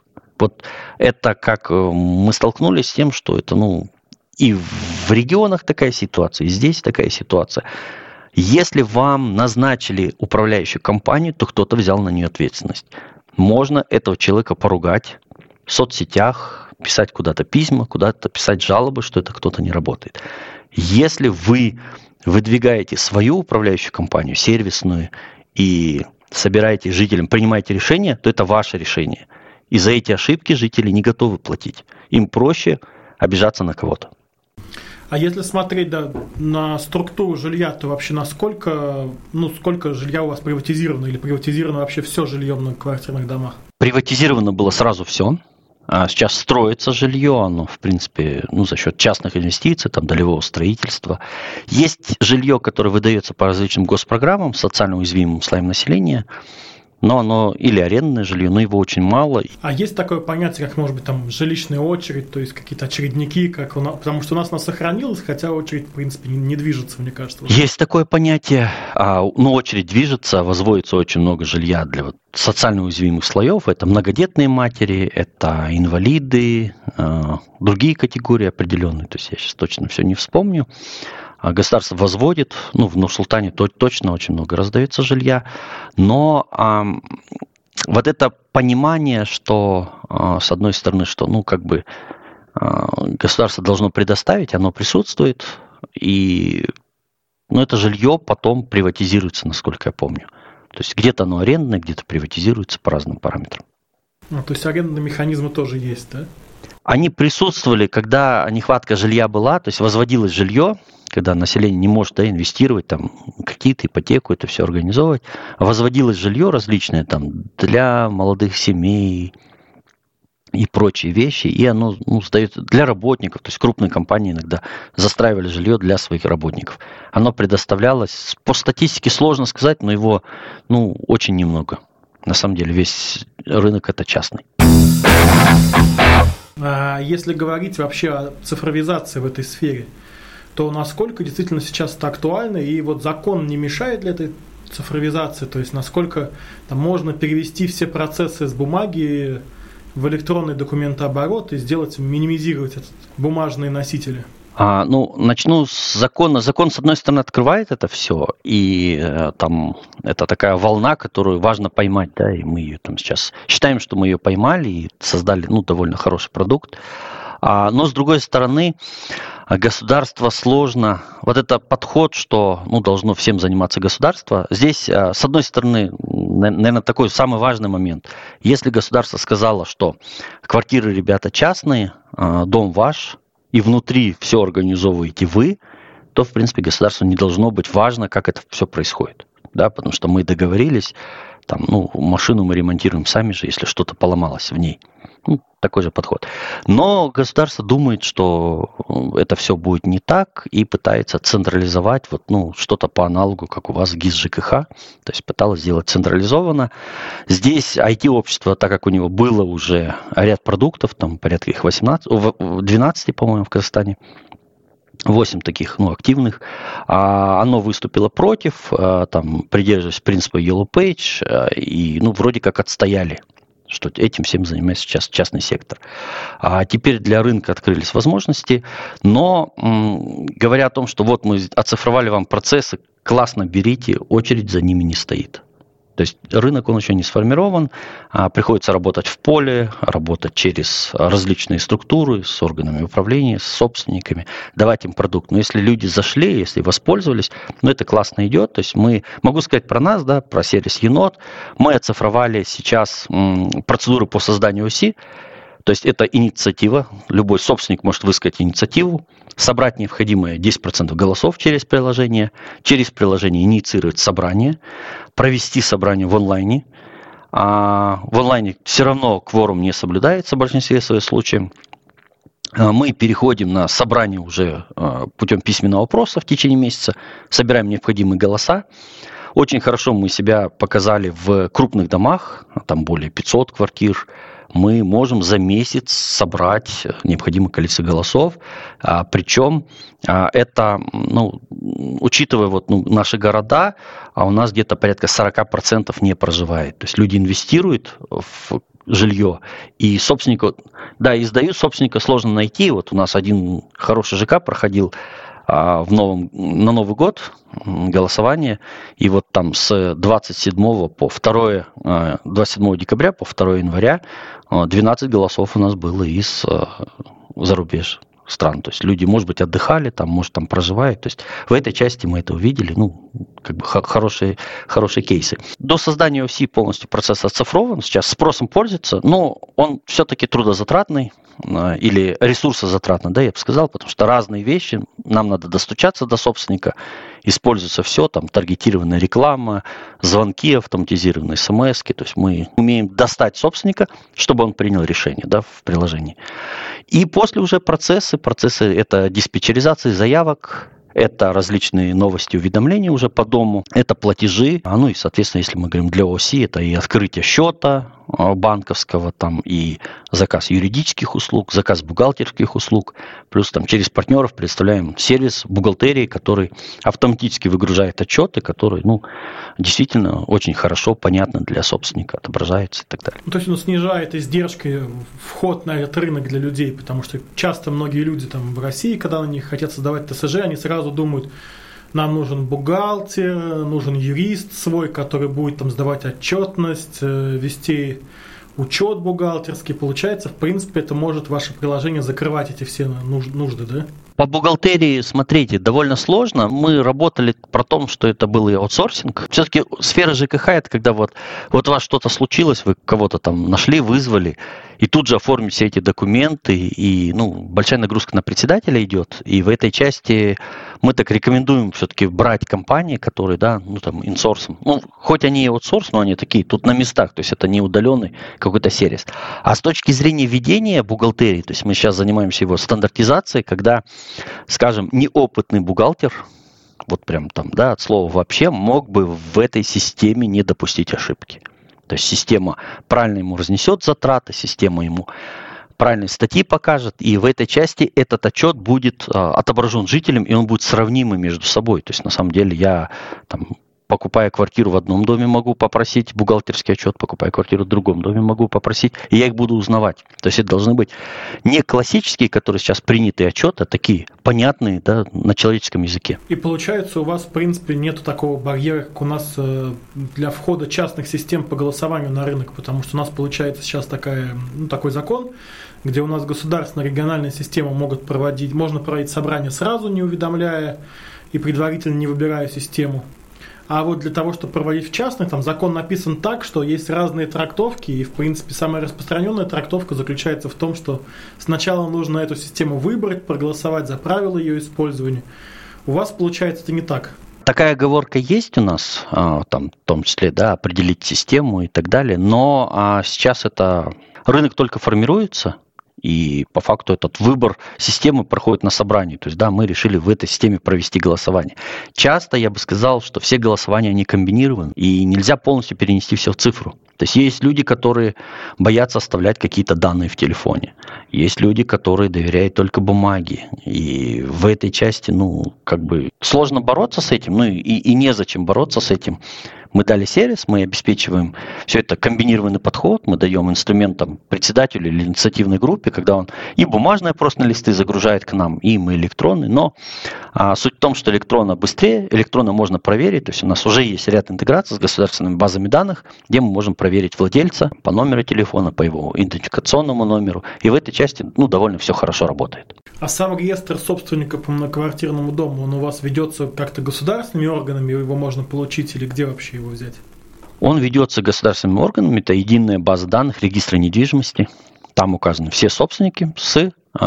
Это как мы столкнулись с тем, что это, и в регионах такая ситуация, и здесь такая ситуация. Если вам назначили управляющую компанию, то кто-то взял на нее ответственность. Можно этого человека поругать в соцсетях, писать куда-то письма, куда-то писать жалобы, что это кто-то не работает. Если вы выдвигаете свою управляющую компанию, сервисную, и собираете жителям, принимаете решение, то это ваше решение. И за эти ошибки жители не готовы платить. Им проще обижаться на кого-то. А если смотреть на структуру жилья, то вообще сколько жилья у вас приватизировано? Или приватизировано вообще все жилье в многоквартирных домах? Приватизировано было сразу все. А сейчас строится жилье, оно, в принципе, за счет частных инвестиций, долевого строительства. Есть жилье, которое выдается по различным госпрограммам, социально уязвимым слоям населения, но оно или арендное жилье, но его очень мало. А есть такое понятие, как, может быть, жилищная очередь, то есть какие-то очередники, потому что у нас она сохранилась, хотя очередь, в принципе, не движется, мне кажется. Есть такое понятие, очередь движется, возводится очень много жилья для социально уязвимых слоев. Это многодетные матери, это инвалиды, другие категории определенные, то есть я сейчас точно все не вспомню. Государство возводит, в Нур-Султане точно очень много раздается жилья, но это понимание, что с одной стороны, что государство должно предоставить, оно присутствует, и это жилье потом приватизируется, насколько я помню. То есть где-то оно арендное, где-то приватизируется по разным параметрам. То есть арендные механизмы тоже есть, да? Они присутствовали, когда нехватка жилья была, то есть возводилось жилье, когда население не может инвестировать, какие-то ипотеку, это все организовывать. Возводилось жилье различное для молодых семей и прочие вещи, и оно сдается для работников, то есть крупные компании иногда застраивали жилье для своих работников. Оно предоставлялось, по статистике сложно сказать, но его очень немного. На самом деле весь рынок это частный. Если говорить вообще о цифровизации в этой сфере, то насколько действительно сейчас это актуально, и закон не мешает для этой цифровизации, то есть насколько можно перевести все процессы с бумаги в электронный документооборот и минимизировать бумажные носители? Начну с закона. Закон, с одной стороны, открывает это все, и там это такая волна, которую важно поймать, да, и мы ее там сейчас считаем, что мы ее поймали и создали, довольно хороший продукт. Но, с другой стороны, государство сложно. Вот это подход, что должно всем заниматься государство. Здесь, с одной стороны, наверное, такой самый важный момент. Если государство сказало, что квартиры, ребята, частные, дом ваш, и внутри все организовываете вы, то, в принципе, государству не должно быть важно, как это все происходит. Да, потому что мы договорились, машину мы ремонтируем сами же, если что-то поломалось в ней. Такой же подход. Но государство думает, что это все будет не так и пытается централизовать что-то по аналогу, как у вас ГИС ЖКХ. То есть пыталось сделать централизованно. Здесь IT-общество, так как у него было уже ряд продуктов, там порядка их 12, по-моему, в Казахстане, 8 таких, активных, оно выступило против, придерживаясь принципа Yellow Page, и, вроде как отстояли, что этим всем занимается сейчас частный сектор. А теперь для рынка открылись возможности, но говоря о том, что вот мы оцифровали вам процессы, классно, берите, очередь за ними не стоит. То есть рынок, он еще не сформирован, приходится работать в поле, работать через различные структуры, с органами управления, с собственниками, давать им продукт. Но если люди зашли, если воспользовались, это классно идет. То есть могу сказать про нас, да, про сервис Енот, мы оцифровали сейчас процедуры по созданию оси. То есть это инициатива, любой собственник может высказать инициативу, собрать необходимые 10% голосов через приложение инициировать собрание, провести собрание в онлайне. В онлайне все равно кворум не соблюдается в большинстве своих случаев. Мы переходим на собрание уже путем письменного опроса в течение месяца, собираем необходимые голоса. Очень хорошо мы себя показали в крупных домах, там более 500 квартир. Мы можем за месяц собрать необходимое количество голосов. Причем это, учитывая наши города, у нас где-то порядка 40% не проживает. То есть люди инвестируют в жилье, и собственника, издают, собственника сложно найти. Вот у нас один хороший ЖК проходил на Новый год голосование, и вот там с 27 декабря по 2 января 12 голосов у нас было из зарубеж стран. То есть люди, может быть, отдыхали, может, там проживают. То есть в этой части мы это увидели, хорошие кейсы. До создания оси полностью процесс оцифрован. Сейчас спросом пользуется, но он все-таки трудозатратный или ресурсозатратный, я бы сказал, потому что разные вещи. Нам надо достучаться до собственника. Используется все, таргетированная реклама, звонки автоматизированные, смс-ки. То есть мы умеем достать собственника, чтобы он принял решение, в приложении. И после уже процессы это диспетчеризация заявок, это различные новости, уведомления уже по дому, это платежи. И, соответственно, если мы говорим для оси, это и открытие счета банковского, и заказ юридических услуг, заказ бухгалтерских услуг, плюс через партнеров представляем сервис бухгалтерии, который автоматически выгружает отчеты, которые, действительно очень хорошо, понятно для собственника, отображаются и так далее. То есть он снижает издержки вход на этот рынок для людей, потому что часто многие люди в России, когда они хотят создавать ТСЖ, они сразу думают, нам нужен бухгалтер, нужен юрист свой, который будет сдавать отчетность, вести учет бухгалтерский. Получается, в принципе, это может ваше приложение закрывать эти все нужды, да? По бухгалтерии, смотрите, довольно сложно. Мы работали про то, что это был и аутсорсинг. Все-таки сфера ЖКХ – это когда вот у вас что-то случилось, вы кого-то нашли, вызвали, и тут же оформить все эти документы, и большая нагрузка на председателя идет. И в этой части мы так рекомендуем все-таки брать компании, которые, инсорсом. Хоть они и аутсорс, но они такие тут на местах, то есть это не удаленный какой-то сервис. А с точки зрения ведения бухгалтерии, то есть мы сейчас занимаемся его стандартизацией, когда, скажем, неопытный бухгалтер, от слова вообще, мог бы в этой системе не допустить ошибки. То есть система правильно ему разнесет затраты, система ему правильные статьи покажет, и в этой части этот отчет будет отображен жителям, и он будет сравнимый между собой. То есть на самом деле я покупая квартиру в одном доме, могу попросить бухгалтерский отчет, покупая квартиру в другом доме, могу попросить, и я их буду узнавать. То есть это должны быть не классические, которые сейчас принятые отчеты, а такие понятные, да, на человеческом языке. И получается, у вас, в принципе, нету такого барьера, как у нас для входа частных систем по голосованию на рынок, потому что у нас получается сейчас такой закон, где у нас государственная региональная система можно проводить собрание сразу, не уведомляя и предварительно не выбирая систему. А вот для того, чтобы проводить в частных, там закон написан так, что есть разные трактовки, и, в принципе, самая распространенная трактовка заключается в том, что сначала нужно эту систему выбрать, проголосовать за правила ее использования. У вас, получается, это не так. Такая оговорка есть у нас, там, в том числе, да, определить систему и так далее, но сейчас рынок только формируется, и по факту этот выбор системы проходит на собрании. То есть, да, мы решили в этой системе провести голосование. Часто я бы сказал, что все голосования, они комбинированы, и нельзя полностью перенести все в цифру. То есть люди, которые боятся оставлять какие-то данные в телефоне. Есть люди, которые доверяют только бумаге. И в этой части, сложно бороться с этим, и незачем бороться с этим. Мы дали сервис, мы обеспечиваем все это комбинированный подход, мы даем инструментам председателю или инициативной группе, когда он и бумажные опросные листы загружает к нам, и мы электронные, но суть в том, что электронно быстрее, электронно можно проверить, то есть у нас уже есть ряд интеграций с государственными базами данных, где мы можем проверить владельца по номеру телефона, по его идентификационному номеру, и в этой части довольно все хорошо работает. А сам реестр собственника по многоквартирному дому, он у вас ведется как-то государственными органами, его можно получить или где вообще его взять? Он ведется государственными органами, это единая база данных регистра недвижимости. Там указаны все собственники с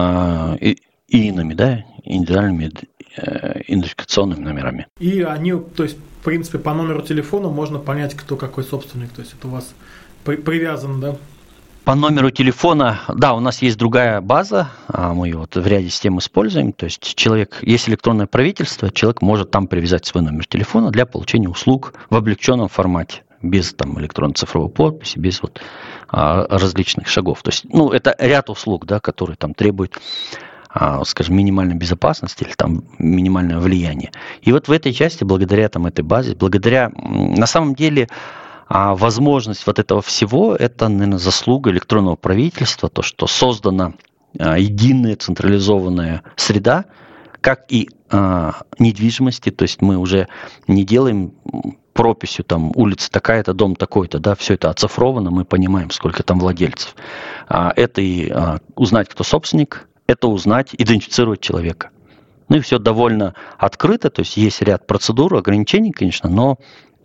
ИИНами, да, индивидуальными идентификационными номерами. И они, то есть, в принципе, по номеру телефона можно понять, кто какой собственник, то есть это у вас привязано, да? По номеру телефона, да, у нас есть другая база, мы ее в ряде систем используем, то есть есть электронное правительство, человек может там привязать свой номер телефона для получения услуг в облегченном формате, без электронно-цифровой подписи, без различных шагов. То есть, это ряд услуг, да, которые там требуют, скажем, минимальной безопасности или там минимальное влияние. И вот в этой части, благодаря этой базе, на самом деле, возможность вот этого всего, это, наверное, заслуга электронного правительства, то, что создана единая централизованная среда, как и недвижимости, то есть мы уже не делаем прописью, там, улица такая-то, дом такой-то, да, все это оцифровано, мы понимаем, сколько там владельцев. Это и узнать, кто собственник, это узнать, идентифицировать человека. И все довольно открыто, то есть ряд процедур, ограничений, конечно, но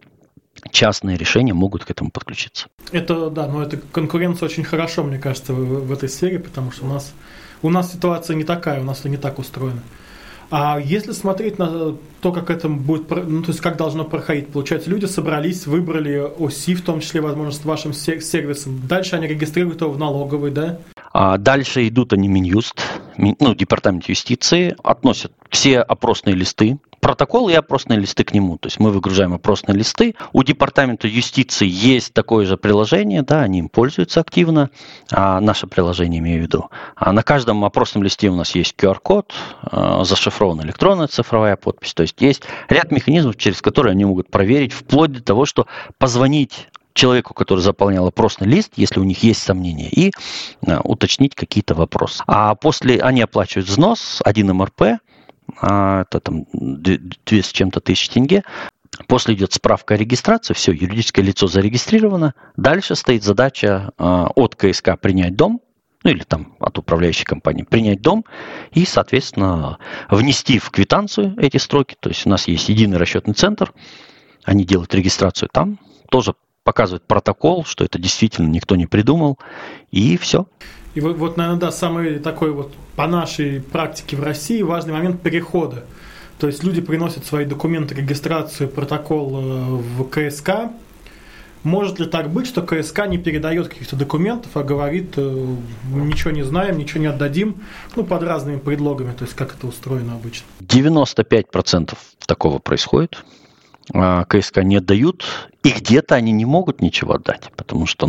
частные решения могут к этому подключиться. Это, да, но эта конкуренция очень хорошо, мне кажется, в этой сфере, потому что у нас ситуация не такая, у нас это не так устроено. А если смотреть на то, как это будет, то есть как должно проходить, получается, люди собрались, выбрали ОСИ, в том числе, возможно, с вашим сервисом, дальше они регистрируют его в налоговой, да? Дальше идут они Минюст, Департамент юстиции, относят все опросные листы, протокол и опросные листы к нему. То есть мы выгружаем опросные листы. У Департамента юстиции есть такое же приложение, да, они им пользуются активно, наше приложение имею в виду. На каждом опросном листе у нас есть QR-код, зашифрована электронная цифровая подпись. То есть ряд механизмов, через которые они могут проверить, вплоть до того, что позвонить человеку, который заполнял опросный лист, если у них есть сомнения, и уточнить какие-то вопросы. А после они оплачивают взнос, 1 МРП, это там 2 с чем-то тысяч тенге. После идет справка о регистрации, все, юридическое лицо зарегистрировано. Дальше стоит задача от КСК принять дом, или там от управляющей компании принять дом и, соответственно, внести в квитанцию эти строки. То есть у нас есть единый расчетный центр, они делают регистрацию там, тоже показывают протокол, что это действительно никто не придумал, и все. И вот, наверное, да, самый такой вот по нашей практике в России важный момент перехода. То есть люди приносят свои документы, регистрацию, протокол в КСК. Может ли так быть, что КСК не передает каких-то документов, а говорит, ничего не знаем, ничего не отдадим, под разными предлогами, то есть как это устроено обычно? 95% такого происходит. КСК не отдают, и где-то они не могут ничего отдать, потому что,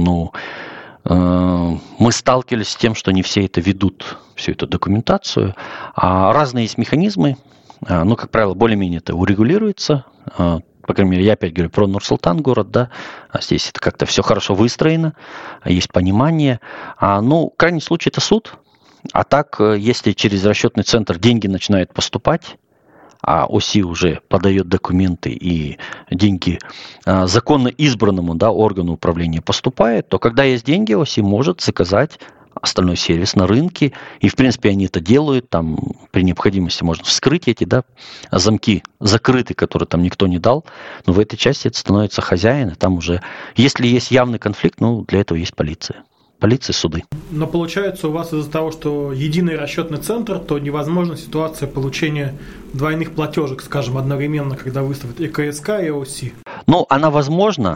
мы сталкивались с тем, что не все это ведут, всю эту документацию. Разные есть механизмы, как правило, более-менее это урегулируется. По крайней мере, я опять говорю про Нур-Султан город, да, а здесь это как-то все хорошо выстроено, есть понимание. Крайний случай это суд. А так, если через расчетный центр деньги начинают поступать, а ОСИ уже подает документы и деньги законно избранному, да, органу управления поступают, то когда есть деньги, ОСИ может заказать остальной сервис на рынке, и в принципе они это делают, там при необходимости можно вскрыть эти, да, замки закрыты, которые там никто не дал, но в этой части это становится хозяин, и там уже, если есть явный конфликт, для этого есть полиция. Полиция, суды. Но получается, у вас из-за того, что единый расчетный центр, то невозможна ситуация получения двойных платежек, скажем, одновременно, когда выставят и КСК, и ОСИ. Она возможна,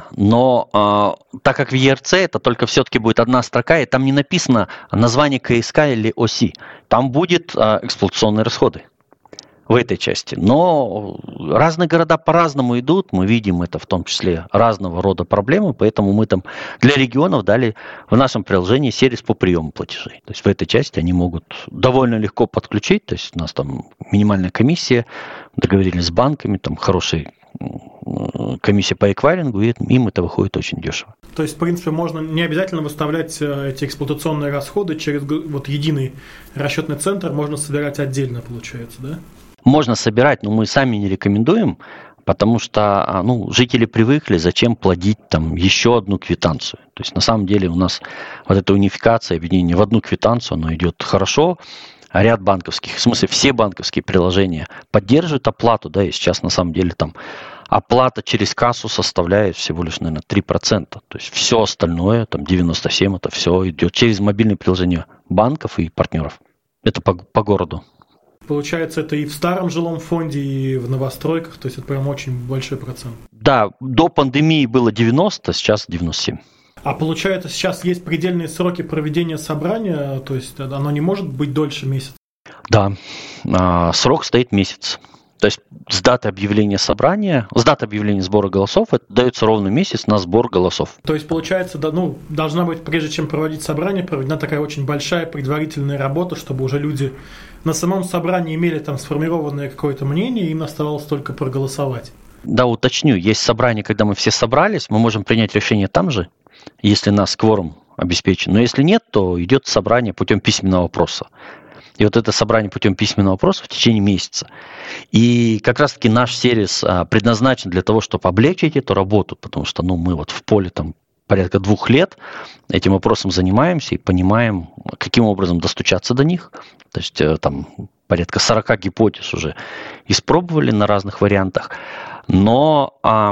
но так как в ЕРЦ это только все-таки будет одна строка, и там не написано название КСК или ОСИ, там будет эксплуатационные расходы в этой части. Но разные города по-разному идут, мы видим это в том числе разного рода проблемы, поэтому мы там для регионов дали в нашем приложении сервис по приему платежей. То есть в этой части они могут довольно легко подключить, то есть у нас там минимальная комиссия, договорились с банками, там хорошая комиссия по эквайрингу, и им это выходит очень дешево. То есть, в принципе, можно не обязательно выставлять эти эксплуатационные расходы через единый расчетный центр, можно собирать отдельно, получается, да? Можно собирать, но мы сами не рекомендуем, потому что жители привыкли, зачем платить там еще одну квитанцию. То есть на самом деле у нас вот эта унификация, объединение в одну квитанцию, оно идет хорошо. Ряд банковских, в смысле все банковские приложения поддерживают оплату, да, и сейчас на самом деле там оплата через кассу составляет всего лишь, наверное, 3%. То есть все остальное, там 97%, это все идет через мобильные приложения банков и партнеров. Это по городу. Получается, это и в старом жилом фонде, и в новостройках, то есть это прям очень большой процент. Да, до пандемии было 90, сейчас 97. А получается, сейчас есть предельные сроки проведения собрания, то есть оно не может быть дольше месяца? Да, срок стоит месяц. То есть с даты объявления собрания, с даты объявления сбора голосов, это дается ровно месяц на сбор голосов. То есть, получается, должна быть, прежде чем проводить собрание, проведена такая очень большая предварительная работа, чтобы уже люди на самом собрании имели там сформированное какое-то мнение, им оставалось только проголосовать. Да, уточню, есть собрание, когда мы все собрались, мы можем принять решение там же, если нас кворум обеспечен. Но если нет, то идет собрание путем письменного опроса. И вот это собрание путем письменного опроса в течение месяца. И как раз-таки наш сервис предназначен для того, чтобы облегчить эту работу, потому что мы вот в поле там порядка 2 лет этим вопросом занимаемся и понимаем, каким образом достучаться до них. То есть там порядка 40 гипотез уже испробовали на разных вариантах. Но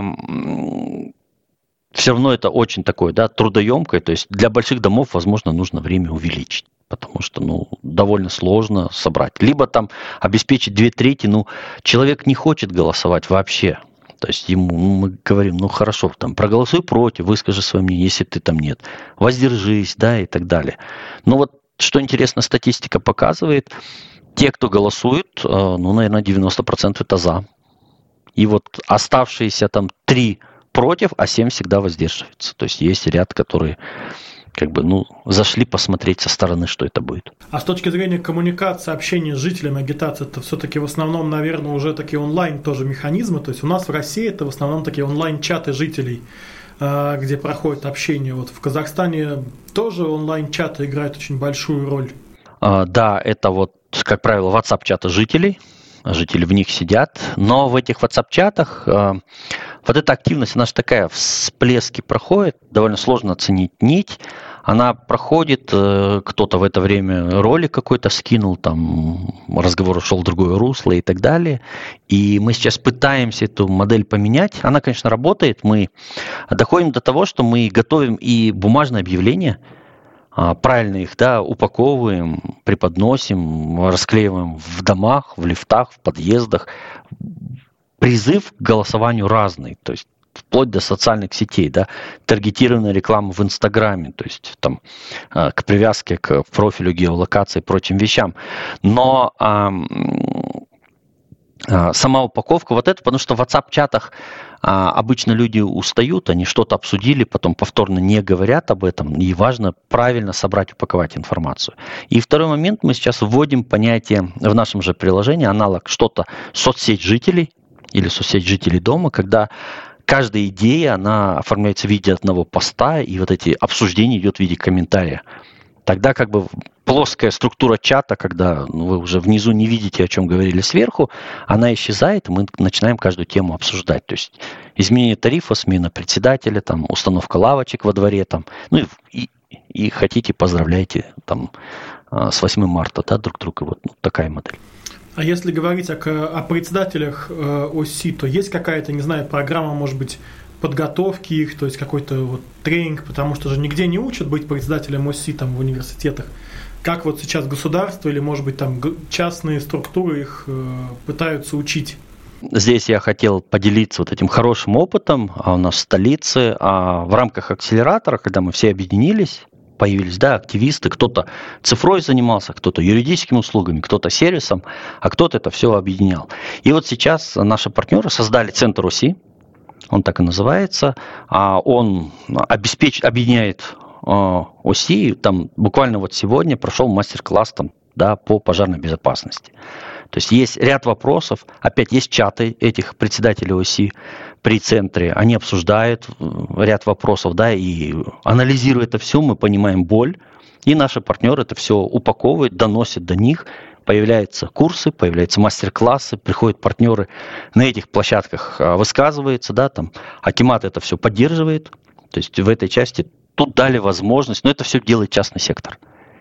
все равно это очень такое, да, трудоемкое. То есть для больших домов, возможно, нужно время увеличить. Потому что, довольно сложно собрать. Либо там обеспечить 2/3, человек не хочет голосовать вообще. То есть ему мы говорим, хорошо, там, проголосуй против, выскажи свое мнение, если ты там нет. Воздержись, да, и так далее. Но вот, что интересно, статистика показывает, те, кто голосует, наверное, 90% это за. И вот оставшиеся там 3 против, а 7 всегда воздерживаются. То есть есть ряд, которые зашли посмотреть со стороны, что это будет. А с точки зрения коммуникации, общения с жителями, агитации, это все-таки в основном, наверное, уже такие онлайн тоже механизмы. То есть у нас в России это в основном такие онлайн-чаты жителей, где проходит общение. Вот в Казахстане тоже онлайн-чаты играют очень большую роль. Да, это как правило, WhatsApp-чаты жителей. Жители в них сидят. Но в этих WhatsApp-чатах вот эта активность, она же такая, всплески проходит, довольно сложно оценить нить. Она проходит, кто-то в это время ролик какой-то скинул, там разговор ушел в другое русло и так далее. И мы сейчас пытаемся эту модель поменять. Она, конечно, работает. Мы доходим до того, что мы готовим и бумажные объявления, правильно их, да, упаковываем, преподносим, расклеиваем в домах, в лифтах, в подъездах. Призыв к голосованию разный, то есть вплоть до социальных сетей, да, таргетированная реклама в Инстаграме, то есть там к привязке к профилю, геолокации и прочим вещам. Но сама упаковка потому что в WhatsApp-чатах обычно люди устают, они что-то обсудили, потом повторно не говорят об этом, и важно правильно собрать, упаковать информацию. И второй момент, мы сейчас вводим понятие в нашем же приложении, аналог что-то соцсеть жителей, или соцсеть жителей дома, когда каждая идея, она оформляется в виде одного поста, и вот эти обсуждения идет в виде комментария. Тогда как бы плоская структура чата, когда вы уже внизу не видите, о чем говорили сверху, она исчезает, и мы начинаем каждую тему обсуждать. То есть изменение тарифа, смена председателя, там, установка лавочек во дворе, там, ну и хотите, поздравляйте там, с 8 марта, да, друг друга. Вот такая модель. А если говорить о председателях ОСИ, то есть какая-то, не знаю, программа, может быть, подготовки их, то есть какой-то вот тренинг, потому что же нигде не учат быть председателем ОСИ там в университетах. Как вот сейчас государство или, может быть, там частные структуры их пытаются учить? Здесь я хотел поделиться вот этим хорошим опытом у нас в столице, в рамках акселератора, когда мы все объединились, появились, да, активисты, кто-то цифрой занимался, кто-то юридическими услугами, кто-то сервисом, а кто-то это все объединял. И вот сейчас наши партнеры создали центр ОСИ, он так и называется, он объединяет ОСИ, там буквально вот сегодня прошел мастер-класс там, да, по пожарной безопасности. То есть есть ряд вопросов, опять есть чаты этих председателей ОСИ при центре, они обсуждают ряд вопросов, да, и анализируя это все, мы понимаем боль, и наши партнеры это все упаковывают, доносят до них, появляются курсы, появляются мастер-классы, приходят партнеры на этих площадках, высказываются, да, там, Акимат это все поддерживает, то есть в этой части тут дали возможность, но это все делает частный сектор.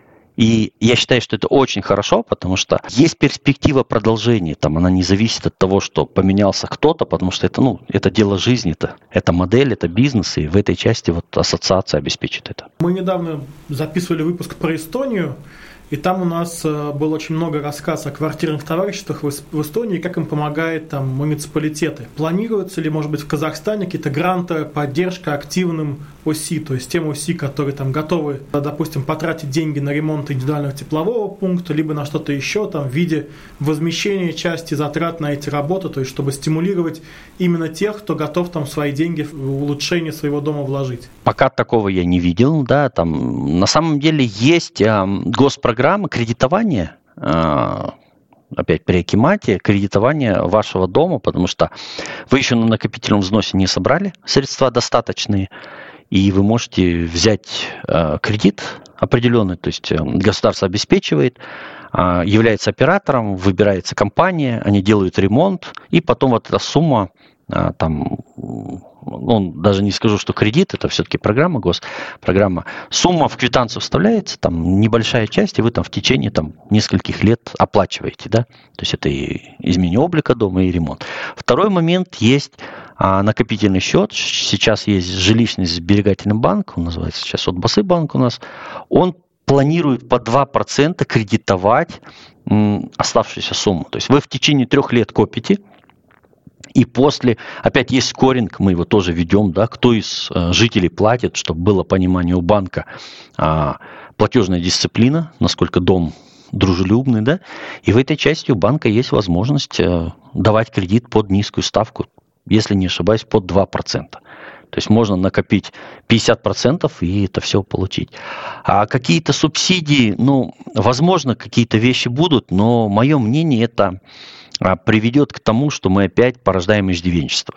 И я считаю, что это очень хорошо, потому что есть перспектива продолжения, там она не зависит от того, что поменялся кто-то, потому что это, это дело жизни, это модель, это бизнес, и в этой части вот ассоциация обеспечит это. Мы недавно записывали выпуск про Эстонию, и там у нас было очень много рассказов о квартирных товариществах в Эстонии, как им помогают там муниципалитеты. Планируются ли, может быть, в Казахстане какие-то гранты, поддержка активным ОСИ, то есть тем ОСИ, которые там готовы, допустим, потратить деньги на ремонт индивидуального теплового пункта, либо на что-то еще там в виде возмещения части затрат на эти работы, то есть чтобы стимулировать именно тех, кто готов там свои деньги в улучшение своего дома вложить. Пока такого я не видел, да, там на самом деле есть госпрограммы кредитования, опять при Акимате, кредитование вашего дома, потому что вы еще на накопительном взносе не собрали средства достаточные, и вы можете взять кредит определенный, то есть государство обеспечивает, является оператором, выбирается компания, они делают ремонт, и потом вот эта сумма, там, даже не скажу, что кредит, это все-таки программа, госпрограмма, сумма в квитанцию вставляется, там небольшая часть, и вы там в течение там, нескольких лет оплачиваете, да, то есть это и изменение облика дома, и ремонт. Второй момент есть накопительный счет, сейчас есть жилищный сберегательный банк, он называется сейчас Отбасы-банк у нас, он планирует по 2% кредитовать оставшуюся сумму, то есть вы в течение 3 лет копите, и после, опять есть скоринг, мы его тоже ведем, да, кто из жителей платит, чтобы было понимание у банка, платежная дисциплина, насколько дом дружелюбный, да, и в этой части у банка есть возможность давать кредит под низкую ставку, если не ошибаюсь, под 2%. То есть можно накопить 50% и это все получить. А какие-то субсидии, возможно, какие-то вещи будут, но мое мнение это приведет к тому, что мы опять порождаем иждивенчество.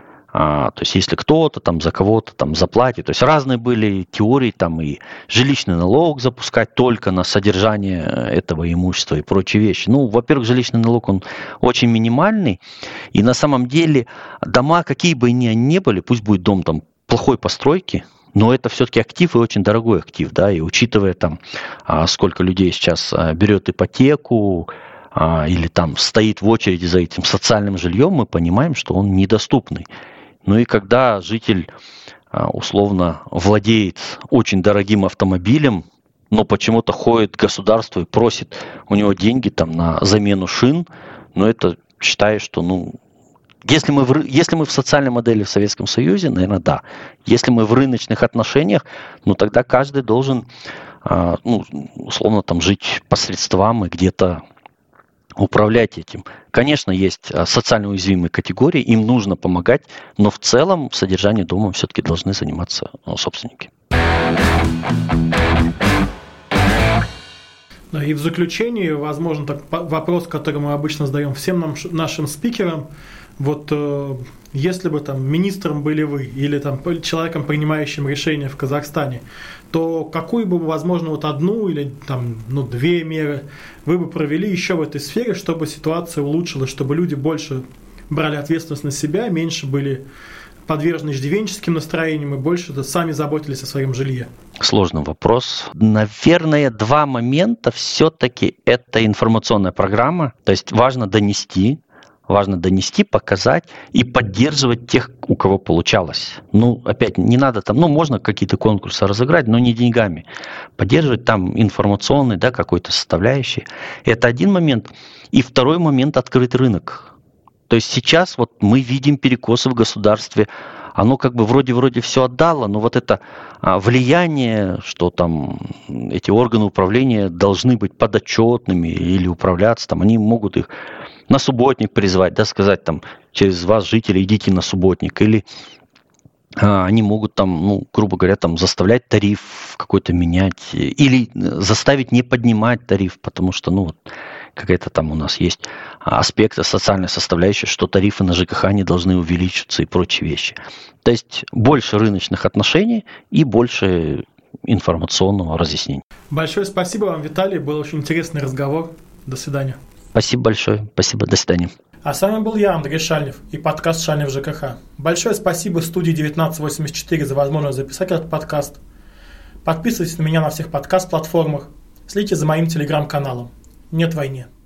То есть, если кто-то там за кого-то там заплатит, то есть разные были теории, там и жилищный налог запускать только на содержание этого имущества и прочие вещи. Во-первых, жилищный налог, он очень минимальный, и на самом деле дома, какие бы они ни были, пусть будет дом там плохой постройки, но это все-таки актив и очень дорогой актив, да, и учитывая там, сколько людей сейчас берет ипотеку, или там стоит в очереди за этим социальным жильем, мы понимаем, что он недоступный. И когда житель условно владеет очень дорогим автомобилем, но почему-то ходит к государству и просит у него деньги там на замену шин, это считаю, что если мы в социальной модели в Советском Союзе, наверное, да. Если мы в рыночных отношениях, тогда каждый должен условно там жить по средствам и где-то управлять этим. Конечно, есть социально уязвимые категории, им нужно помогать, но в целом содержанием дома все-таки должны заниматься собственники. И в заключение, возможно, вопрос, который мы обычно задаем всем нашим спикерам. Вот если бы там министром были вы или там человеком, принимающим решения в Казахстане, то какую бы, возможно, вот одну или там, две меры вы бы провели еще в этой сфере, чтобы ситуация улучшилась, чтобы люди больше брали ответственность на себя, меньше были подвержены иждивенческим настроениям и больше сами заботились о своем жилье? Сложный вопрос. Наверное, два момента все-таки это информационная программа, то есть важно донести, показать и поддерживать тех, у кого получалось. Опять, не надо там, можно какие-то конкурсы разыграть, но не деньгами. Поддерживать там информационный, какой-то составляющий. Это один момент. И второй момент – открытый рынок. То есть сейчас вот мы видим перекосы в государстве, оно как бы вроде все отдало, но вот это влияние, что там эти органы управления должны быть подотчетными или управляться, там, они могут их на субботник призвать, сказать там через вас, жители, идите на субботник, или они могут там, грубо говоря, там заставлять тариф какой-то менять, или заставить не поднимать тариф, потому что, какая-то там у нас есть аспекты социальной составляющей, что тарифы на ЖКХ не должны увеличиваться и прочие вещи. То есть больше рыночных отношений и больше информационного разъяснения. Большое спасибо вам, Виталий. Был очень интересный разговор. До свидания. Спасибо большое. Спасибо. До свидания. А с вами был я, Андрей Шальнев, и подкаст «Шальнев ЖКХ». Большое спасибо студии 1984 за возможность записать этот подкаст. Подписывайтесь на меня на всех подкаст-платформах. Следите за моим телеграм-каналом. Нет войне.